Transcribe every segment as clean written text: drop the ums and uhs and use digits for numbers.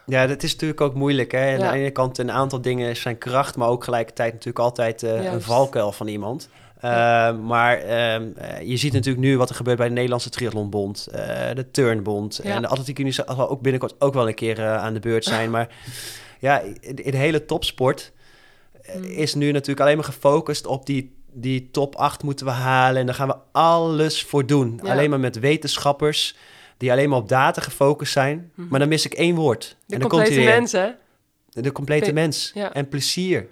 Ja, dat is natuurlijk ook moeilijk. Hè? Aan de ene kant een aantal dingen zijn kracht, maar ook tegelijkertijd natuurlijk altijd een valkuil van iemand. Maar je ziet natuurlijk nu wat er gebeurt bij de Nederlandse Triathlonbond, de Turnbond. Ja. En de Atletiek Unie zal ook binnenkort ook wel een keer aan de beurt zijn. Maar ja, in de hele topsport is nu natuurlijk alleen maar gefocust op die top 8 moeten we halen. En daar gaan we alles voor doen. Ja. Alleen maar met wetenschappers die alleen maar op data gefocust zijn. Maar dan mis ik 1 woord. De complete mens, hè? De complete mens. Ja. En plezier.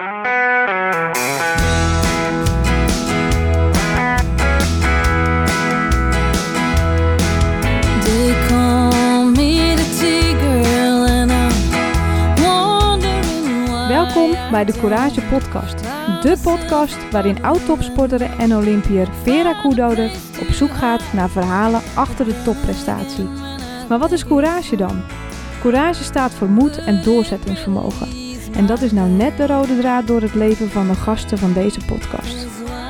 Welkom bij de Courage Podcast. De podcast waarin oud-topsporter en Olympiër Vera Koedoder op zoek gaat naar verhalen achter de topprestatie. Maar wat is courage dan? Courage staat voor moed en doorzettingsvermogen. En dat is nou net de rode draad door het leven van de gasten van deze podcast.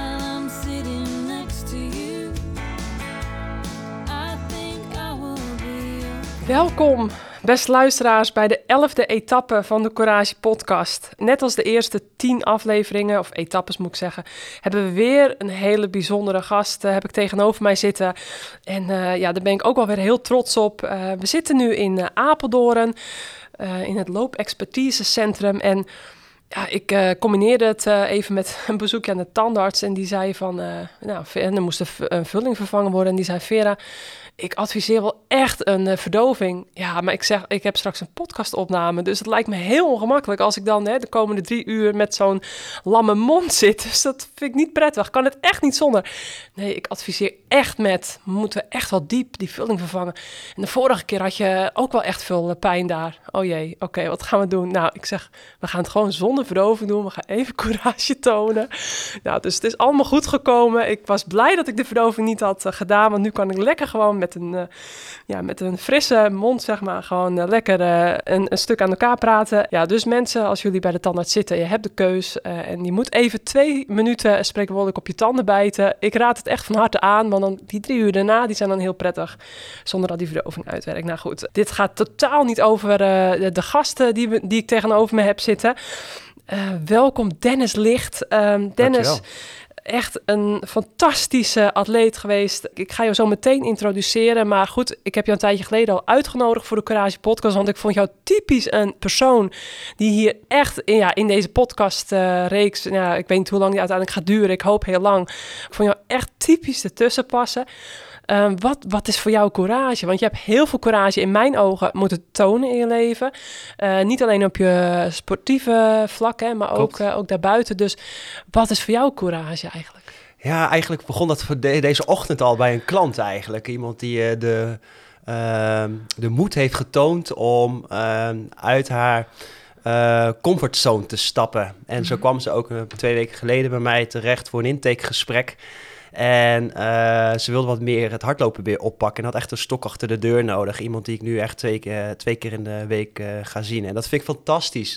Welkom, beste luisteraars, bij de 11e etappe van de Courage Podcast. Net als de eerste 10 afleveringen, of etappes moet ik zeggen, hebben we weer een hele bijzondere gast heb ik tegenover mij zitten. En daar ben ik ook wel weer heel trots op. We zitten nu in Apeldoorn, in het loopexpertisecentrum. En ja, ik combineerde het even met een bezoekje aan de tandarts. En die zei van, er moest een vulling vervangen worden. En die zei, Vera, ik adviseer wel echt een verdoving. Ja, maar ik heb straks een podcastopname. Dus het lijkt me heel ongemakkelijk als ik dan de komende 3 uur met zo'n lamme mond zit. Dus dat vind ik niet prettig. Kan het echt niet zonder. Nee, ik adviseer echt moeten we echt wel diep die vulling vervangen. En de vorige keer had je ook wel echt veel pijn daar. Oh jee, oké, wat gaan we doen? Nou, ik zeg, we gaan het gewoon zonder verdoving doen. We gaan even courage tonen. Nou, dus het is allemaal goed gekomen. Ik was blij dat ik de verdoving niet had gedaan. Want nu kan ik lekker gewoon met een frisse mond, zeg maar, gewoon lekker een stuk aan elkaar praten. Ja, dus mensen, als jullie bij de tandarts zitten, je hebt de keus en je moet even 2 minuten spreekwoordelijk op je tanden bijten. Ik raad het echt van harte aan, want dan die 3 uur daarna, die zijn dan heel prettig, zonder dat die verdoving uitwerkt. Nou goed, dit gaat totaal niet over de gasten die ik tegenover me heb zitten. Welkom Dennis Licht. Dennis, echt een fantastische atleet geweest. Ik ga jou zo meteen introduceren. Maar goed, ik heb jou een tijdje geleden al uitgenodigd voor de Courage Podcast. Want ik vond jou typisch een persoon die hier echt in deze podcastreeks... ik weet niet hoe lang die uiteindelijk gaat duren. Ik hoop heel lang. Ik vond jou echt typisch ertussen passen. Wat is voor jou courage? Want je hebt heel veel courage in mijn ogen moeten tonen in je leven. Niet alleen op je sportieve vlak, maar ook daarbuiten. Dus wat is voor jou courage eigenlijk? Ja, eigenlijk begon dat voor deze ochtend al bij een klant eigenlijk. Iemand die de moed heeft getoond om uit haar comfortzone te stappen. En zo kwam ze ook 2 weken geleden bij mij terecht voor een intakegesprek. En ze wilde wat meer het hardlopen weer oppakken. En had echt een stok achter de deur nodig. Iemand die ik nu echt 2 keer in de week ga zien. En dat vind ik fantastisch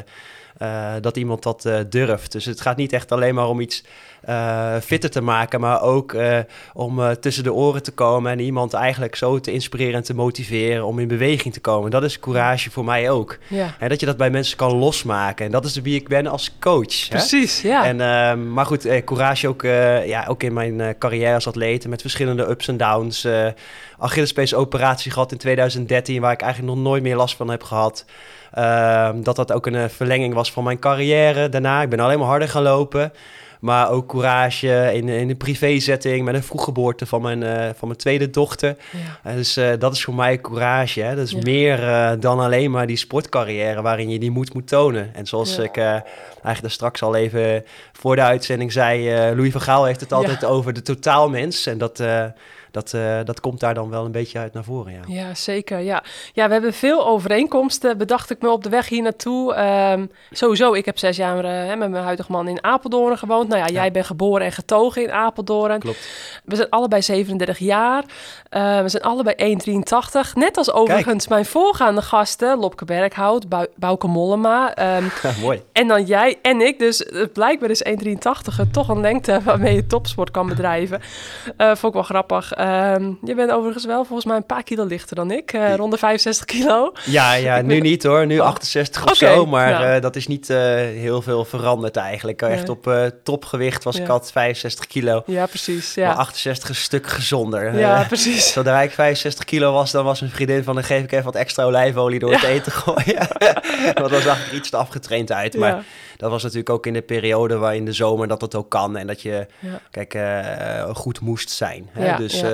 dat iemand dat durft. Dus het gaat niet echt alleen maar om iets fitter te maken, maar ook om tussen de oren te komen en iemand eigenlijk zo te inspireren en te motiveren om in beweging te komen. Dat is courage voor mij ook. Ja. En dat je dat bij mensen kan losmaken. En dat is wie ik ben als coach. Precies, hè? ja. En, maar goed, courage ook in mijn carrière als atleet met verschillende ups en downs. Achillespeesoperatie gehad in 2013, waar ik eigenlijk nog nooit meer last van heb gehad. Dat ook een verlenging was van mijn carrière daarna. Ik ben alleen maar harder gaan lopen. Maar ook courage in een privézetting met een vroeggeboorte van mijn tweede dochter. Ja. Dus dat is voor mij courage. Hè? Dat is meer dan alleen maar die sportcarrière waarin je die moed moet tonen. En zoals ik eigenlijk daar straks al even voor de uitzending zei, Louis van Gaal heeft het altijd over de totaalmens. En dat komt daar dan wel een beetje uit naar voren, ja. Ja, zeker, ja. Ja, we hebben veel overeenkomsten, bedacht ik me op de weg hier naartoe. Sowieso, ik heb 6 jaar met mijn huidige man in Apeldoorn gewoond. Nou ja, jij bent geboren en getogen in Apeldoorn. Klopt. We zijn allebei 37 jaar. We zijn allebei 1,83. Net als overigens mijn voorgaande gasten, Lopke Berghout, Bouke Mollema. Mooi. En dan jij en ik. Dus blijkbaar is 1,83 toch een lengte waarmee je topsport kan bedrijven. Vond ik wel grappig. Je bent overigens wel volgens mij een paar kilo lichter dan ik. Rond de 65 kilo. Ja, nu niet hoor. Nu 68 of zo. Maar dat is niet heel veel veranderd eigenlijk. Echt op topgewicht was ik altijd 65 kilo. Ja, precies. Ja. Maar 68 is een stuk gezonder. Ja, precies. Zodra ik 65 kilo was, dan was mijn vriendin van... dan geef ik even wat extra olijfolie door het eten gooien. Want dan zag ik er iets te afgetraind uit. Maar dat was natuurlijk ook in de periode waar in de zomer dat het ook kan. En dat je, goed moest zijn. Hè? Ja, dus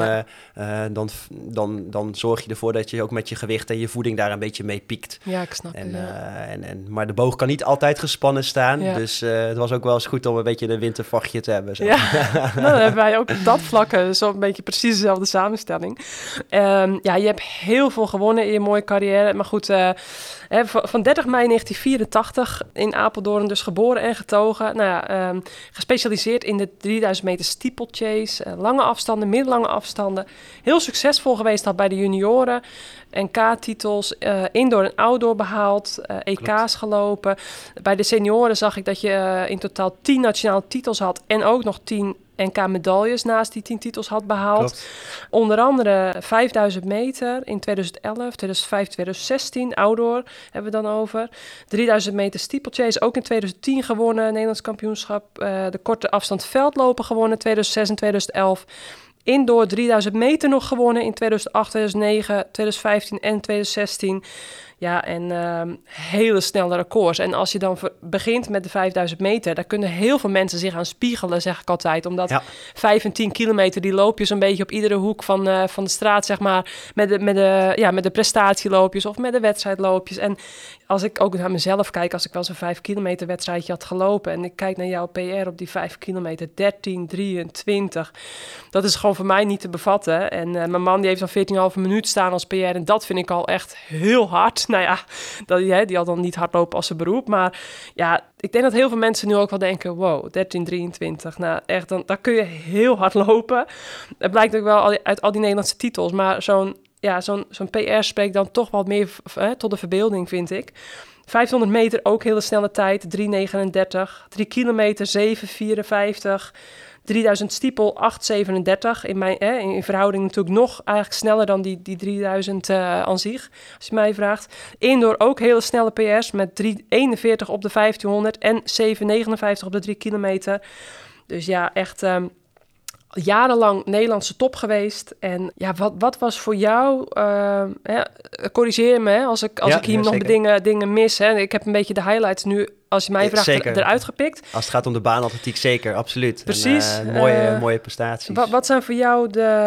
dan zorg je ervoor dat je ook met je gewicht en je voeding daar een beetje mee piekt. Ja, ik snap het. Maar de boog kan niet altijd gespannen staan. Ja. Dus het was ook wel eens goed om een beetje een wintervachtje te hebben. Zo. Ja, nou, dan hebben wij ook op dat vlak zo'n beetje precies dezelfde samenstelling. Je hebt heel veel gewonnen in je mooie carrière. Maar goed, van 30 mei 1984 in Apeldoorn dus geboren en getogen. Gespecialiseerd in de 3000 meter steeplechase. Lange afstanden, middellange afstanden. Heel succesvol geweest al bij de junioren. NK-titels, indoor en outdoor behaald. EK's gelopen. Bij de senioren zag ik dat je in totaal 10 nationale titels had. En ook nog 10 NK-medailles naast die 10 titels had behaald. Klopt. Onder andere 5000 meter in 2011, 2005, 2016. Outdoor hebben we dan over. 3000 meter steeplechase ook in 2010 gewonnen. Nederlands kampioenschap. De korte afstand veldlopen gewonnen 2006 en 2011. Indoor 3000 meter nog gewonnen in 2008, 2009, 2015 en 2016. Ja, en hele snelle records. En als je dan begint met de 5000 meter... daar kunnen heel veel mensen zich aan spiegelen, zeg ik altijd. Omdat 5 en 10 kilometer, die loop je zo'n beetje op iedere hoek van de straat, zeg maar. Met de prestatieloopjes of met de wedstrijdloopjes. En als ik ook naar mezelf kijk, als ik wel zo'n 5 kilometer wedstrijdje had gelopen... en ik kijk naar jouw PR op die 5 kilometer, 13:23... dat is gewoon voor mij niet te bevatten. En mijn man die heeft dan 14,5 minuut staan als PR... en dat vind ik al echt heel hard. Nou ja, die had dan niet hardlopen als zijn beroep. Maar ja, ik denk dat heel veel mensen nu ook wel denken... wow, 13:23, nou echt, dan kun je heel hard lopen. Het blijkt ook wel uit al die Nederlandse titels. Maar zo'n PR spreekt dan toch wat meer tot de verbeelding, vind ik. 500 meter ook hele snelle tijd, 3:39. 3 kilometer, 7:54... 3000 stiepel, 8:37. In verhouding natuurlijk nog eigenlijk sneller dan die 3000 aan zich, als je mij vraagt. Indoor ook hele snelle PR's met 3:41 op de 1500 en 7:59 op de 3 kilometer. Dus ja, echt jarenlang Nederlandse top geweest. En ja, wat was voor jou... corrigeer me als ik hier nog dingen mis. Hè. Ik heb een beetje de highlights nu... Als je mij vraagt, eruit gepikt. Als het gaat om de baanatletiek, zeker, absoluut. Precies. Mooie prestaties. Wat zijn voor jou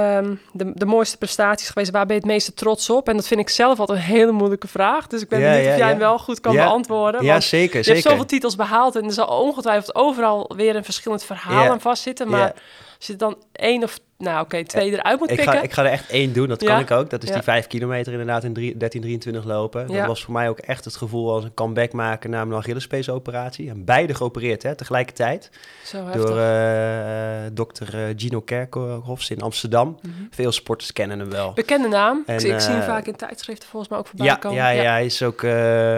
de mooiste prestaties geweest? Waar ben je het meeste trots op? En dat vind ik zelf altijd een hele moeilijke vraag. Dus ik ben benieuwd of jij hem wel goed kan beantwoorden. Ja, zeker. Je hebt zoveel titels behaald... en er zal ongetwijfeld overal weer een verschillend verhaal aan vastzitten. Maar als je dan 1 of... twee eruit moet pikken. Ik ga er echt 1 doen, dat kan ik ook. Dat is die 5 kilometer inderdaad in 13:23 lopen. Dat was voor mij ook echt het gevoel als een comeback maken na mijn Achillespeesoperatie. En beide geopereerd, tegelijkertijd. Zo heftig. Door dokter Gino Kerkhoffs in Amsterdam. Mm-hmm. Veel sporters kennen hem wel. Bekende naam. Ik zie hem vaak in tijdschriften volgens mij ook voorbij komen. Ja, hij is ook...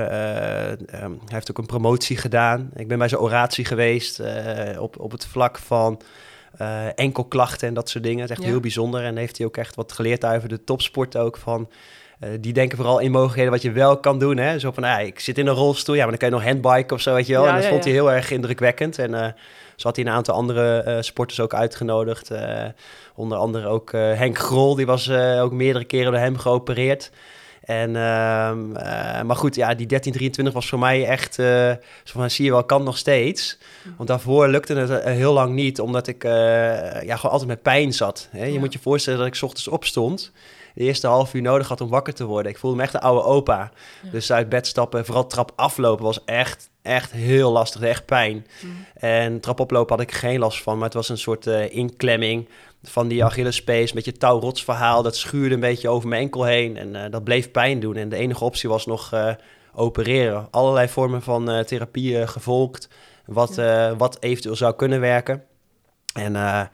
hij heeft ook een promotie gedaan. Ik ben bij zijn oratie geweest op het vlak van... enkelklachten en dat soort dingen. Het is echt heel bijzonder. En heeft hij ook echt wat geleerd over de topsport ook. Van, die denken vooral in mogelijkheden wat je wel kan doen. Hè? Zo van, ik zit in een rolstoel. Ja, maar dan kan je nog handbiken of zo, weet je wel. En dat vond hij heel erg indrukwekkend. En zo had hij een aantal andere sporters ook uitgenodigd. Onder andere ook Henk Grol. Die was ook meerdere keren door hem geopereerd. En, maar goed, die 13:23 was voor mij echt... zo van, zie je wel, kan nog steeds. Want daarvoor lukte het heel lang niet... omdat ik gewoon altijd met pijn zat. Hè? Je moet je voorstellen dat ik 's ochtends opstond... de eerste half uur nodig had om wakker te worden. Ik voelde me echt een oude opa. Ja. Dus uit bed stappen, vooral trap aflopen... was echt heel lastig, echt pijn. En trap oplopen had ik geen last van... maar het was een soort inklemming... van die Achillespees, een beetje touwrotsverhaal. Dat schuurde een beetje over mijn enkel heen. En dat bleef pijn doen. En de enige optie was nog opereren. Allerlei vormen van therapie gevolgd. Wat eventueel zou kunnen werken. En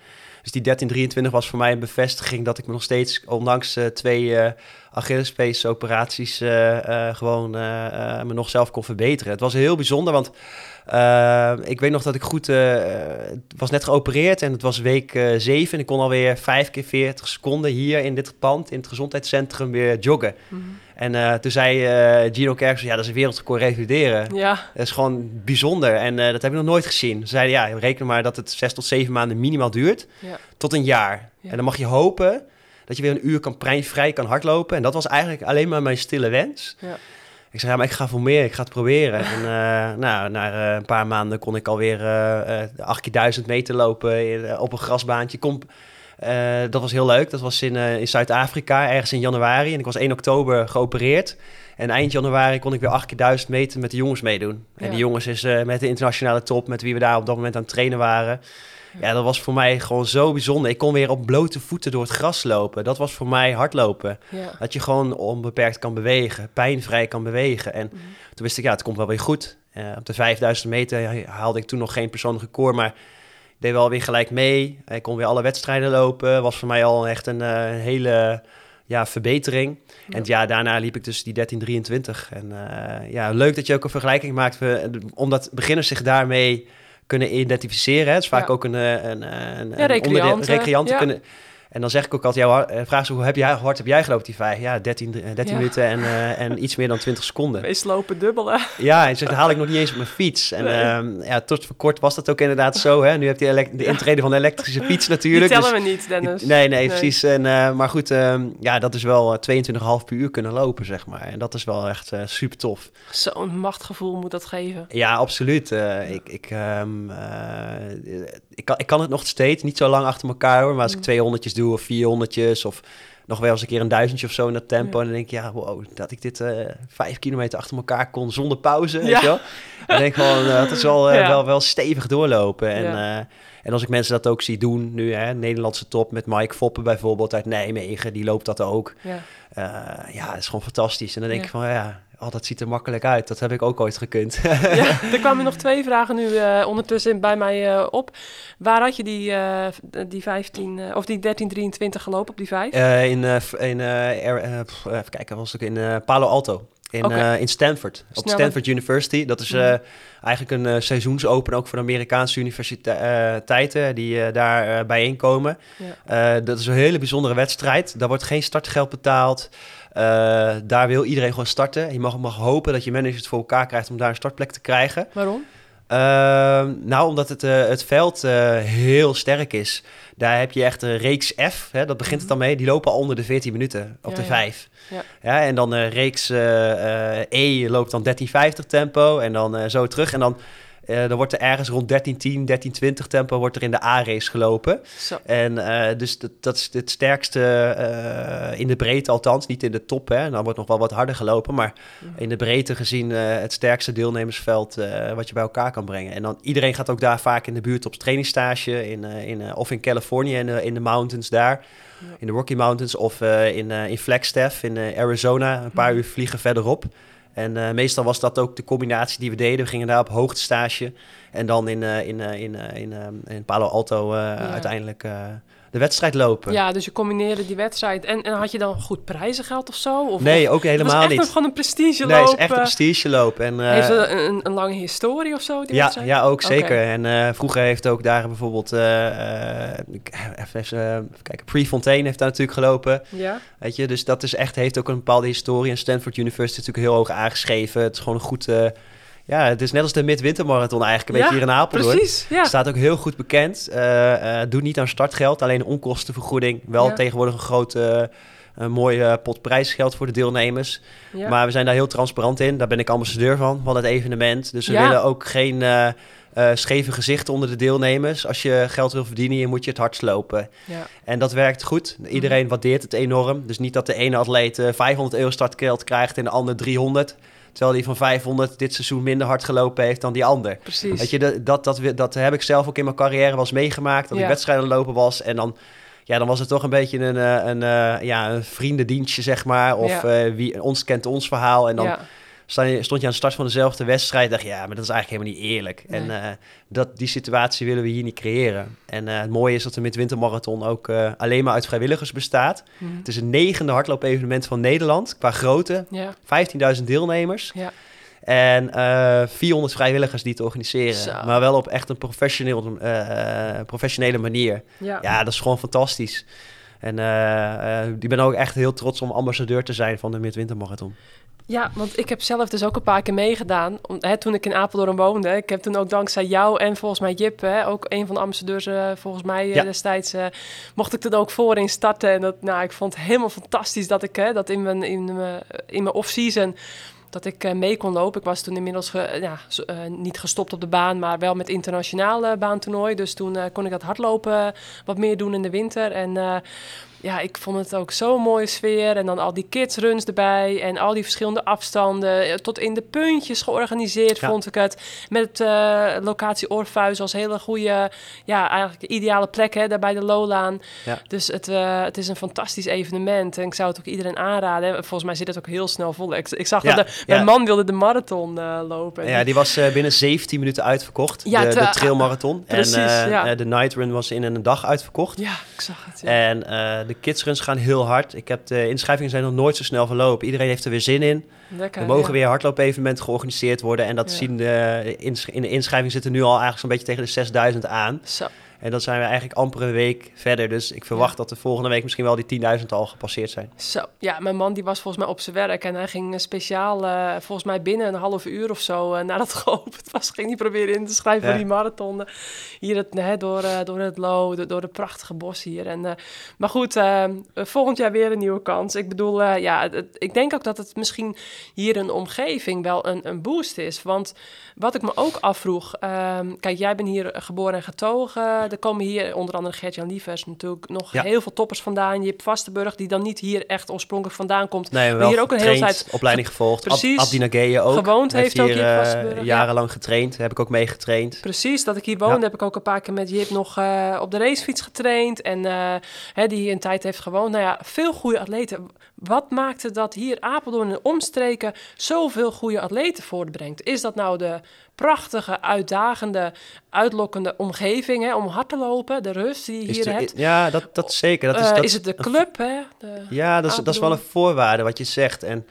Dus die 13:23 was voor mij een bevestiging dat ik me nog steeds, ondanks 2 Achillespees-operaties, me nog zelf kon verbeteren. Het was heel bijzonder, want ik weet nog dat ik goed was net geopereerd en het was week 7 en ik kon alweer 5 keer 40 seconden hier in dit pand, in het gezondheidscentrum, weer joggen. Mm-hmm. En toen zei Gino Kerkers, ja, dat is een wereldrecord revalideren. Ja. Dat is gewoon bijzonder en dat heb ik nog nooit gezien. Ze zeiden, ja, reken maar dat het 6 tot 7 maanden minimaal duurt, tot een jaar. Ja. En dan mag je hopen dat je weer een uur vrij kan hardlopen. En dat was eigenlijk alleen maar mijn stille wens. Ja. Ik zei, ja, maar ik ga voor meer, ik ga het proberen. En na een paar maanden kon ik alweer 8.000 meter lopen op een grasbaantje. Dat was heel leuk. Dat was in Zuid-Afrika, ergens in januari. En ik was 1 oktober geopereerd. En eind januari kon ik weer 8.000 meter met de jongens meedoen. Ja. En die jongens is met de internationale top, met wie we daar op dat moment aan het trainen waren. Ja, dat was voor mij gewoon zo bijzonder. Ik kon weer op blote voeten door het gras lopen. Dat was voor mij hardlopen. Ja. Dat je gewoon onbeperkt kan bewegen, pijnvrij kan bewegen. En toen wist ik, ja, het komt wel weer goed. Op de 5.000 meter haalde ik toen nog geen persoonlijk record, maar ik deed wel weer gelijk mee. Ik kon weer alle wedstrijden lopen. Was voor mij al echt een hele verbetering. Ja. En het jaar daarna liep ik dus die 13:23. En leuk dat je ook een vergelijking maakt, omdat beginners zich daarmee kunnen identificeren. Hè. Het is vaak ook een recreanten kunnen. En dan zeg ik ook altijd, vraag ze, hoe hard heb jij gelopen die 5? Ja, 13 minuten en iets meer dan 20 seconden. Meest lopen dubbelen. Ja, en dat haal ik nog niet eens op mijn fiets. En tot voor kort was dat ook inderdaad zo. Hè. Nu heb je de intrede van de elektrische fiets natuurlijk. Die tellen we niet, Dennis. Nee, precies. En, maar goed, dat is wel 22,5 per uur kunnen lopen, zeg maar. En dat is wel echt super tof. Zo'n machtgevoel moet dat geven. Ja, absoluut. Ik kan het nog steeds, niet zo lang achter elkaar hoor. Maar als ik 200'tjes doe of 400'tjes of nog wel eens een keer een 1000'tje of zo in dat tempo. En dan denk ik, ja, wow, dat ik dit 5 kilometer achter elkaar kon zonder pauze. Weet je wel? Dan denk ik gewoon, dat is wel stevig doorlopen. En als ik mensen dat ook zie doen nu, hè, Nederlandse top met Mike Foppen bijvoorbeeld uit Nijmegen, die loopt dat ook. Dat is gewoon fantastisch. En dan denk ik van, dat ziet er makkelijk uit. Dat heb ik ook ooit gekund. Er kwamen nog 2 vragen nu ondertussen bij mij op. Waar had je die 15 of die 13:23 gelopen op die 5? Even kijken, was het ook in Palo Alto. In Stanford, op Stanford University. Dat is eigenlijk een seizoensopen ook voor de Amerikaanse universiteiten die daar bijeenkomen. Dat is een hele bijzondere wedstrijd. Daar wordt geen startgeld betaald. Daar wil iedereen gewoon starten. Je mag hopen dat je manager het voor elkaar krijgt om daar een startplek te krijgen. Waarom? Omdat het veld heel sterk is. Daar heb je echt een reeks F, hè, dat begint het dan mee. Die lopen al onder de 14 minuten op de 5. Ja, en dan reeks E loopt dan 13:50 tempo en dan zo terug. En dan wordt er ergens rond 13:10, 13:20 tempo wordt er in de A-race gelopen. Zo. En dus dat is het sterkste in de breedte althans, niet in de top. Hè. Dan wordt nog wel wat harder gelopen, maar in de breedte gezien het sterkste deelnemersveld wat je bij elkaar kan brengen. En dan iedereen gaat ook daar vaak in de buurt op trainingsstage of in Californië in de mountains daar. Ja. In de Rocky Mountains of in Flagstaff in Arizona, een paar uur vliegen verderop. En meestal was dat ook de combinatie die we deden. We gingen daar op hoogtestage en dan in Palo Alto uiteindelijk de wedstrijd lopen. Ja, dus je combineerde die wedstrijd. En had je dan goed prijzengeld of zo? Nee, ook helemaal niet. Het was echt gewoon een prestige loop. Nee, het is echt een prestige loop. En, heeft het een lange historie of zo, die wedstrijd? Ja, ook zeker. En vroeger heeft ook daar bijvoorbeeld... even kijken, Prefontaine heeft daar natuurlijk gelopen. Ja. Weet je, dus dat is echt, heeft ook een bepaalde historie. En Stanford University is natuurlijk heel hoog aangeschreven. Het is gewoon een goed... het is net als de Midwintermarathon eigenlijk, een beetje hier in Apeldoorn. Precies, ja. Staat ook heel goed bekend. Doet niet aan startgeld, alleen onkostenvergoeding. Wel tegenwoordig een grote, mooie pot prijsgeld voor de deelnemers. Ja. Maar we zijn daar heel transparant in. Daar ben ik ambassadeur van het evenement. Dus we willen ook geen scheve gezichten onder de deelnemers. Als je geld wil verdienen, moet je het hardst lopen. Ja. En dat werkt goed. Iedereen waardeert het enorm. Dus niet dat de ene atleet €500 startgeld krijgt en de ander 300... Terwijl die van 500 dit seizoen minder hard gelopen heeft dan die ander. Precies. Weet je, dat heb ik zelf ook in mijn carrière wel eens meegemaakt. Dat ik wedstrijden lopen was. En dan was het toch een beetje een vriendendienstje, zeg maar. Of wie ons kent ons verhaal. En dan stond je aan de start van dezelfde wedstrijd. Dacht je, ja, maar dat is eigenlijk helemaal niet eerlijk. Nee. En die situatie willen we hier niet creëren. En het mooie is dat de Midwintermarathon ook alleen maar uit vrijwilligers bestaat. Het is het 9e hardloopevenement van Nederland qua grootte. Ja. 15.000 deelnemers. Ja. En 400 vrijwilligers die het organiseren. Zo. Maar wel op echt een professionele manier. Ja. Ja, dat is gewoon fantastisch. En ik ben ook echt heel trots om ambassadeur te zijn van de Midwintermarathon. Ja, want ik heb zelf dus ook een paar keer meegedaan. Toen ik in Apeldoorn woonde. Ik heb toen ook dankzij jou en volgens mij Jip, ook een van de ambassadeurs volgens mij destijds, mocht ik toen ook voorin starten. En ik vond het helemaal fantastisch dat ik dat in mijn off-season dat ik mee kon lopen. Ik was toen inmiddels niet gestopt op de baan, maar wel met internationale baantoernooi. Dus toen kon ik dat hardlopen wat meer doen in de winter. En ik vond het ook zo'n mooie sfeer. En dan al die kidsruns erbij. En al die verschillende afstanden. Tot in de puntjes georganiseerd, vond ik het. Met locatie Orpheus als hele goede, eigenlijk ideale plek, hè, daar bij de Lolaan. Ja. Dus het is een fantastisch evenement. En ik zou het ook iedereen aanraden. Volgens mij zit het ook heel snel vol. Ik zag dat mijn man wilde de marathon lopen. Ja, die was binnen 17 minuten uitverkocht. Ja, de trailmarathon. Precies, en de nightrun was in een dag uitverkocht. Ja, ik zag het. Ja. En de kidsruns gaan heel hard. De inschrijvingen zijn nog nooit zo snel verlopen. Iedereen heeft er weer zin in. Lekker, er mogen weer hardloopevenementen georganiseerd worden. En dat zien in de inschrijving zitten nu al eigenlijk zo'n beetje tegen de 6000 aan. Zo. En dan zijn we eigenlijk amper een week verder. Dus ik verwacht dat de volgende week misschien wel die 10.000 al gepasseerd zijn. Zo, ja, mijn man die was volgens mij op zijn werk. En hij ging speciaal, volgens mij binnen een half uur of zo, nadat het geopend was, ging hij proberen in te schrijven voor die marathon. Hier door het Loo, door de prachtige bos hier. En, maar goed, volgend jaar weer een nieuwe kans. Ik bedoel, ik denk ook dat het misschien hier in de omgeving wel een boost is. Want wat ik me ook afvroeg, kijk, jij bent hier geboren en getogen. Er komen hier onder andere Gert-Jan Lievers natuurlijk nog heel veel toppers vandaan. Jip Vastenburg, die dan niet hier echt oorspronkelijk vandaan komt. Nee, maar hier ook een hele tijd opleiding gevolgd. Precies. Abdi Nageye ook. Gewoond heeft ook hier Jip Vastenburg. Jarenlang getraind. Daar heb ik ook mee getraind. Precies, dat ik hier woonde heb ik ook een paar keer met Jip nog op de racefiets getraind. En die hier een tijd heeft gewoond. Nou ja, veel goede atleten. Wat maakte dat hier Apeldoorn en omstreken zoveel goede atleten voortbrengt? Is dat nou de prachtige, uitdagende, uitlokkende omgeving om hard te lopen, de rust die je hier hebt? Ja, dat zeker. Is het de club? Dat is wel een voorwaarde wat je zegt. En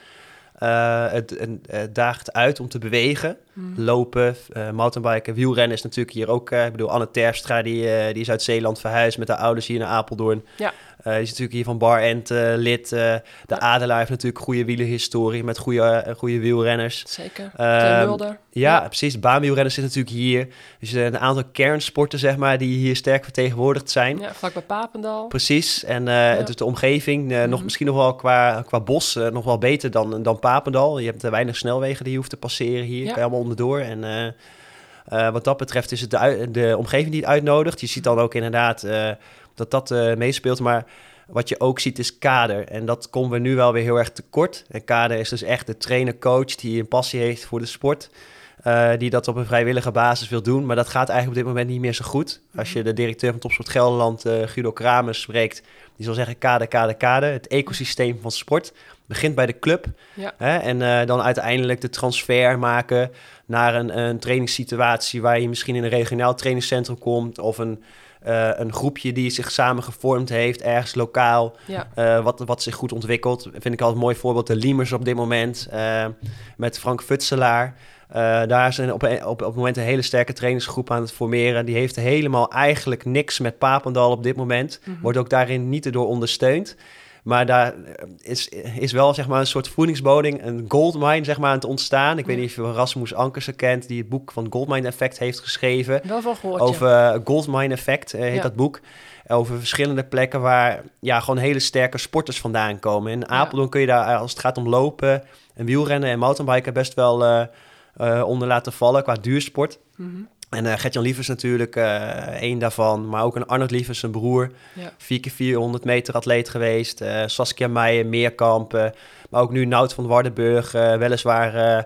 het daagt uit om te bewegen. Lopen, mountainbiken, wielrennen is natuurlijk hier ook. Ik bedoel, Anne Terpstra, die is uit Zeeland verhuisd met haar ouders hier naar Apeldoorn. Ja. Die is natuurlijk hier van Bar End lid. De Adelaar heeft natuurlijk goede wielerhistorie met goede wielrenners. Zeker. Mulder. Ja, precies. Baanwielrenners zitten natuurlijk hier. Dus een aantal kernsporten, zeg maar, die hier sterk vertegenwoordigd zijn. Ja, vlak bij Papendal. Precies. En dus de omgeving, misschien nog wel qua bos, nog wel beter dan Papendal. Je hebt weinig snelwegen die je hoeft te passeren hier. Kan je allemaal onderdoor. En wat dat betreft is het de omgeving die het uitnodigt. Je ziet dan ook inderdaad dat meespeelt. Maar wat je ook ziet is kader. En dat komen we nu wel weer heel erg tekort. En kader is dus echt de trainer-coach die een passie heeft voor de sport. Die dat op een vrijwillige basis wil doen. Maar dat gaat eigenlijk op dit moment niet meer zo goed. Als je de directeur van Topsport Gelderland, Guido Kramers, spreekt, die zal zeggen kader. Het ecosysteem van sport begint bij de club. Ja. En dan uiteindelijk de transfer maken naar een trainingssituatie waar je misschien in een regionaal trainingscentrum komt of een groepje die zich samen gevormd heeft, ergens lokaal, wat zich goed ontwikkelt. Vind ik altijd een mooi voorbeeld, de Liemers op dit moment, met Frank Futselaar. Daar is op het moment een hele sterke trainingsgroep aan het formeren. Die heeft helemaal eigenlijk niks met Papendal op dit moment. Wordt ook daarin niet door ondersteund. Maar daar is wel, zeg maar, een soort voedingsboding, een goldmine, zeg maar, aan het ontstaan. Ik weet niet of je Rasmus Ankersen kent, die het boek van Goldmine Effect heeft geschreven. Wel van gehoord, over Goldmine Effect heet dat boek. Over verschillende plekken waar gewoon hele sterke sporters vandaan komen. In Apeldoorn kun je daar, als het gaat om lopen en wielrennen en mountainbiken, best wel onder laten vallen qua duursport. En Gert-Jan Lievers natuurlijk, één daarvan. Maar ook een Arnold Lievers, zijn broer. 4x400 meter atleet geweest. Saskia Meijer, Meerkamp. Maar ook nu Nout van Wardenburg. Weliswaar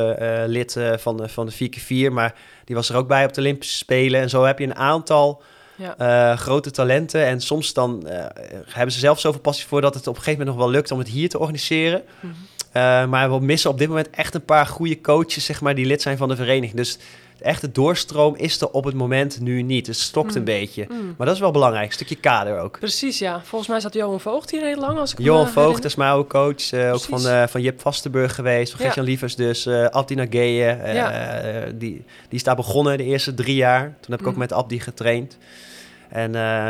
reserve lid van de 4x4. Maar die was er ook bij op de Olympische Spelen. En zo heb je een aantal grote talenten. En soms dan hebben ze zelf zoveel passie voor dat het op een gegeven moment nog wel lukt om het hier te organiseren. Mm-hmm. Maar we missen op dit moment echt een paar goede coaches, zeg maar, die lid zijn van de vereniging. Dus de echte doorstroom is er op het moment nu niet. Het stokt een beetje. Maar dat is wel belangrijk. Een stukje kader ook. Precies, ja. Volgens mij zat Johan Voogd hier heel lang. Johan Voogd, dat is mijn oude coach. Ook van Jip Vastenburg geweest. Van Gert-Jan Lievers dus. Abdi Nageye. Die is daar begonnen de eerste 3 jaar. Toen heb ik ook met Abdi getraind. En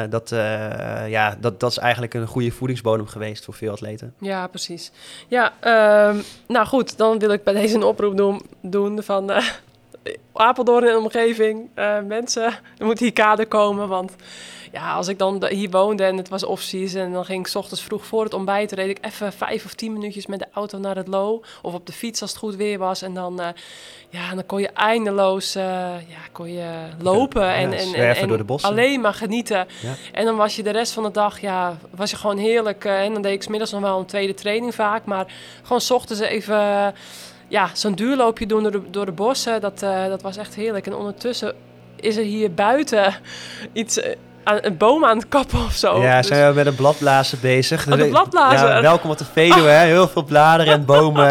dat is eigenlijk een goede voedingsbodem geweest voor veel atleten. Ja, precies. Ja, nou goed, dan wil ik bij deze een oproep doen van Apeldoorn en omgeving. Mensen, er moet hier kader komen, want ja, als ik dan hier woonde en het was off-season en dan ging ik 's ochtends vroeg voor het ontbijt, reed ik even 5 of 10 minuutjes met de auto naar het Lo of op de fiets als het goed weer was en dan kon je eindeloos lopen en door de bossen. Alleen maar genieten. Ja. En dan was je de rest van de dag, was je gewoon heerlijk. En dan deed ik 's middags nog wel een tweede training vaak, maar gewoon 's ochtends even zo'n duurloopje doen door de bossen, dat was echt heerlijk. En ondertussen is er hier buiten iets een boom aan het kappen of zo. Ja, dus zijn we met een bladblazer bezig. De bladblazer. Ja, welkom op de Veluwe, hè? Heel veel bladeren en bomen.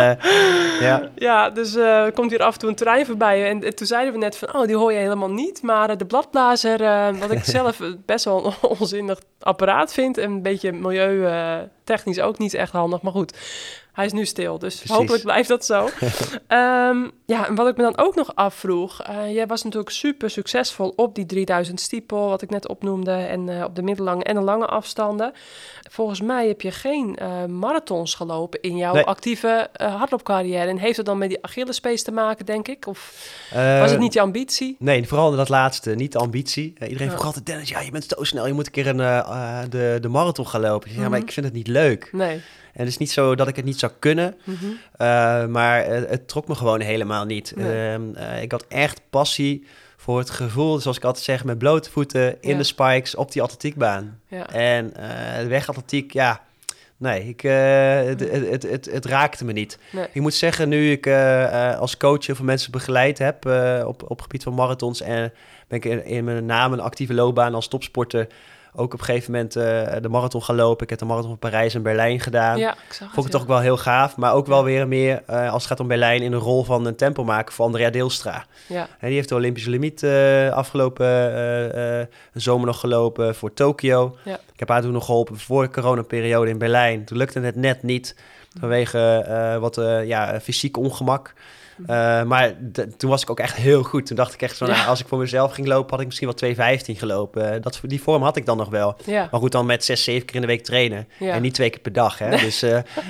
En, dus komt hier af en toe een trein voorbij. En toen zeiden we net van, die hoor je helemaal niet. Maar de bladblazer, wat ik zelf best wel een onzinnig apparaat vind. En een beetje milieutechnisch ook niet echt handig. Maar goed, hij is nu stil, dus precies. Hopelijk blijft dat zo. En wat ik me dan ook nog afvroeg. Jij was natuurlijk super succesvol op die 3000 stiepel, wat ik net opnoemde. En op de middellange en de lange afstanden. Volgens mij heb je geen marathons gelopen in jouw actieve hardloopcarrière. En heeft het dan met die Achillespees te maken, denk ik? Of was het niet je ambitie? Nee, vooral dat laatste, niet de ambitie. Iedereen vroeg altijd, Dennis, je bent zo snel. Je moet een keer de marathon gaan lopen. Ja, maar ik vind het niet leuk. Nee. En het is niet zo dat ik het niet zou kunnen, maar het trok me gewoon helemaal niet. Nee. Ik had echt passie voor het gevoel, zoals ik altijd zeg, met blote voeten in de spikes op die atletiekbaan. Ja. En de wegatletiek, het raakte me niet. Nee. Ik moet zeggen, nu ik als coach heel veel mensen begeleid heb op het gebied van marathons en ben ik in mijn naam een actieve loopbaan als topsporter ook op een gegeven moment de marathon gaan lopen. Ik heb de marathon van Parijs en Berlijn gedaan. Ja, vond ik het toch ook wel heel gaaf. Maar ook wel weer meer, als het gaat om Berlijn, in de rol van een tempomaker voor Andrea Deelstra. Ja. En die heeft de Olympische limiet afgelopen zomer nog gelopen voor Tokio. Ja. Ik heb haar toen nog geholpen voor de coronaperiode in Berlijn. Toen lukte het net niet vanwege fysiek ongemak. Maar toen was ik ook echt heel goed. Toen dacht ik echt van, als ik voor mezelf ging lopen, had ik misschien wel 2:15 gelopen. Die vorm had ik dan nog wel. Ja. Maar goed, dan met 6, 7 keer in de week trainen. Ja. En niet 2 keer per dag. Hè? Nee. Dus,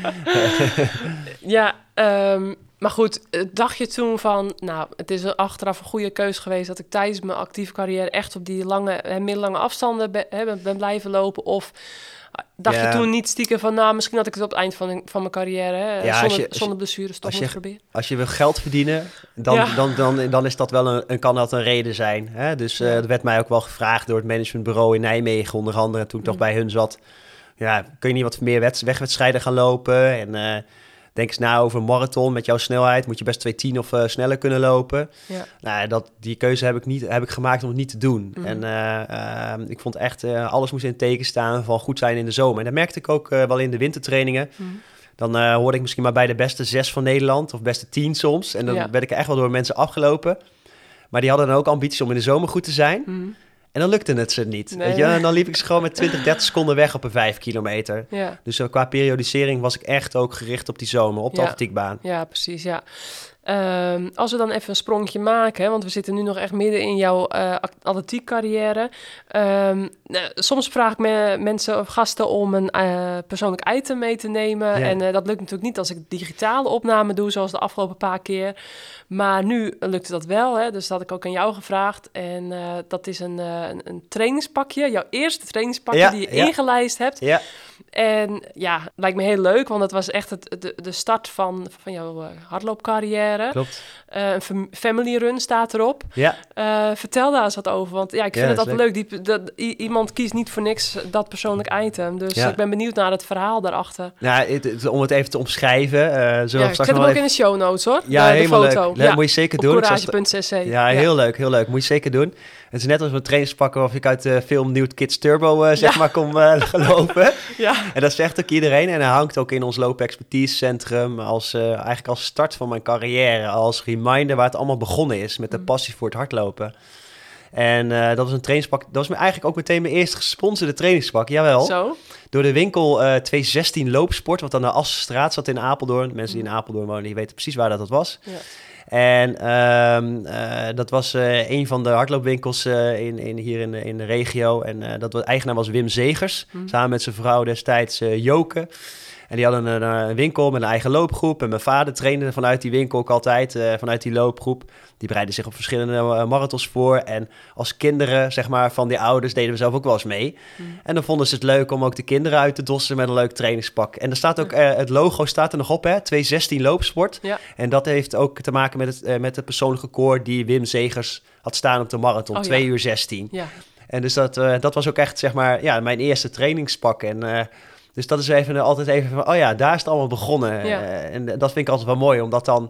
maar goed, dacht je toen van, het is achteraf een goede keus geweest dat ik tijdens mijn actieve carrière echt op die lange en middellange afstanden ben blijven lopen? Of dacht je toen niet stiekem van, misschien had ik het op het eind van mijn carrière zonder blessures toch moeten proberen? Als je wil geld verdienen, dan is dat wel kan dat een reden zijn. Hè? Dus dat werd mij ook wel gevraagd door het managementbureau in Nijmegen, onder andere, toen ik toch bij hun zat. Ja, kun je niet wat meer wegwedstrijden gaan lopen? En denk eens na over een marathon met jouw snelheid. Moet je best 2:10 of sneller kunnen lopen. Ja. Die keuze heb ik gemaakt om het niet te doen. En ik vond echt, alles moest in het teken staan van goed zijn in de zomer. En dat merkte ik ook wel in de wintertrainingen. Dan hoorde ik misschien maar bij de beste 6 van Nederland of beste 10 soms. En dan werd ik echt wel door mensen afgelopen. Maar die hadden dan ook ambitie om in de zomer goed te zijn. En dan lukte het ze niet. Nee. Weet je? En dan liep ik ze gewoon met 20, 30 seconden weg op een 5 kilometer. Ja. Dus qua periodisering was ik echt ook gericht op die zomer, op de atletiekbaan. Ja, precies, ja. Als we dan even een sprongje maken, want we zitten nu nog echt midden in jouw atletiekcarrière. Soms vraag ik mensen of gasten om een persoonlijk item mee te nemen. Ja. En dat lukt natuurlijk niet als ik digitale opname doe, zoals de afgelopen paar keer. Maar nu lukte dat wel, hè? Dus dat had ik ook aan jou gevraagd. En dat is een trainingspakje, jouw eerste trainingspakje die je ingelijst hebt. Ja. En ja, lijkt me heel leuk, want het was echt de start van jouw hardloopcarrière. Klopt. Een family run staat erop. Ja. Vertel daar eens wat over, want ja, ik vind het altijd leuk. leuk. Iemand kiest niet voor niks dat persoonlijk item. Dus ik ben benieuwd naar het verhaal daarachter. Ja, om het even te omschrijven. Ik zet hem ook in de show notes, hoor. Ja, helemaal de foto. leuk. Ja, moet je zeker doen. Courage.cc. Ja, heel leuk, heel leuk. Moet je zeker doen. Het is net als mijn trainingspakken of ik uit de film Nude Kids Turbo zeg maar kom gelopen. Ja. En dat zegt ook iedereen. En hij hangt ook in ons loop-expertise-centrum eigenlijk als start van mijn carrière. Als reminder waar het allemaal begonnen is met de passie voor het hardlopen. En dat was een trainingspak. Dat was eigenlijk ook meteen mijn eerste gesponsorde trainingspak. Jawel. Zo? Door de winkel 216 Loopsport, wat aan de Asstraat zat in Apeldoorn. Mensen die in Apeldoorn wonen, die weten precies waar dat was. Ja. En dat was een van de hardloopwinkels hier in de regio. En eigenaar was Wim Zegers, samen met zijn vrouw destijds Joke. En die hadden een winkel met een eigen loopgroep. En mijn vader trainde vanuit die winkel ook altijd, vanuit die loopgroep. Die bereidden zich op verschillende marathons voor. En als kinderen, zeg maar, van die ouders deden we zelf ook wel eens mee. En dan vonden ze het leuk om ook de kinderen uit te dossen met een leuk trainingspak. En er staat ook, het logo staat er nog op, hè, 216 Loopsport. Ja. En dat heeft ook te maken met het persoonlijke record die Wim Zegers had staan op de marathon. 2 uur 16. Ja. En dus dat was ook echt, zeg maar, ja, mijn eerste trainingspak. En dus dat is altijd even van, oh ja, daar is het allemaal begonnen. Ja. En dat vind ik altijd wel mooi, om dat dan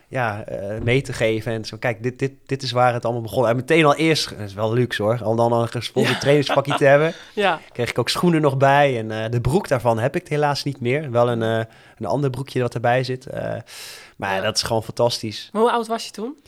mee te geven. En zo, kijk, dit is waar het allemaal begonnen. En meteen al eerst, dat is wel luxe hoor, om dan een gesponsord trainingspakje te hebben. Ja. Kreeg ik ook schoenen nog bij. En de broek daarvan heb ik helaas niet meer. Wel een ander broekje wat erbij zit. Maar dat is gewoon fantastisch. Maar hoe oud was je toen?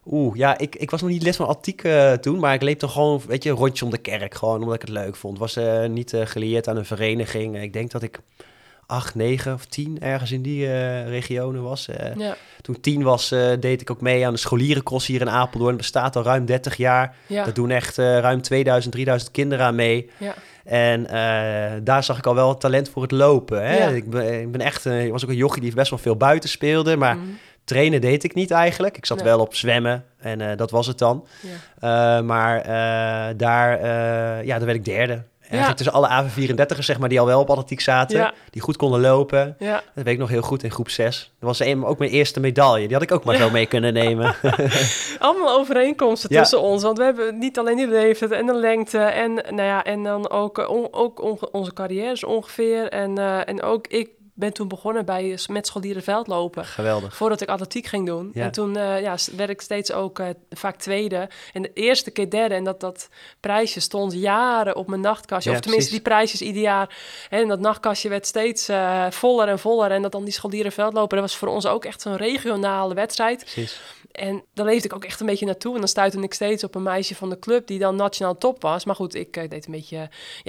Ik was nog niet lid van atletiek toen, maar ik leep toch gewoon, weet je, een rondje om de kerk, gewoon omdat ik het leuk vond. Was niet gelieerd aan een vereniging. Ik denk dat ik 8, 9 of 10 ergens in die regionen was. Toen 10 was, deed ik ook mee aan de scholierencross hier in Apeldoorn. Dat bestaat al ruim 30 jaar. Ja. Dat doen echt ruim 2000, 3000 kinderen aan mee. Ja. En daar zag ik al wel talent voor het lopen. Hè? Ja. Ik was ook een jochie die best wel veel buiten speelde, maar trainen deed ik niet eigenlijk. Ik zat wel op zwemmen en dat was het dan. Ja. Maar daar werd ik derde. Eigenlijk tussen alle AV34'ers, zeg maar, die al wel op atletiek zaten. Die goed konden lopen. Ja. Dat weet ik nog heel goed in groep 6. Dat was ook mijn eerste medaille. Die had ik ook maar zo mee kunnen nemen. Allemaal overeenkomsten tussen ons. Want we hebben niet alleen die leeftijd en de lengte. En dan ook onze carrières ongeveer. En ook ik ben toen begonnen met scholieren veldlopen. Geweldig. Voordat ik atletiek ging doen. Ja. En toen werd ik steeds ook vaak tweede. En de eerste keer derde. En dat prijsje stond jaren op mijn nachtkastje. Ja, of tenminste, die prijsjes ieder jaar. En dat nachtkastje werd steeds voller en voller. En dat dan die scholieren veldlopen. Dat was voor ons ook echt zo'n regionale wedstrijd. Precies. En daar leefde ik ook echt een beetje naartoe. En dan stuitte ik steeds op een meisje van de club die dan nationaal top was. Maar goed, ik deed een beetje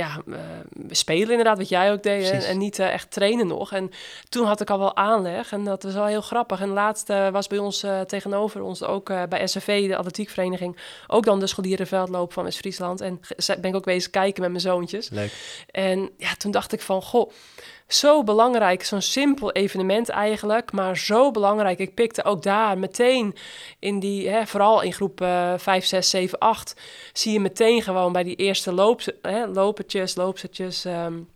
spelen inderdaad, wat jij ook deed. En niet echt trainen nog. En toen had ik al wel aanleg. En dat was wel heel grappig. En laatst was bij ons tegenover ons ook bij SFV, de atletiekvereniging, ook dan de scholierenveldloop van West-Friesland. En ben ik ook wezen kijken met mijn zoontjes. Leuk. En toen dacht ik van, goh, zo belangrijk, zo'n simpel evenement eigenlijk, maar zo belangrijk. Ik pikte ook daar meteen in die, vooral in groep 5, 6, 7, 8, zie je meteen gewoon bij die eerste loopsertjes,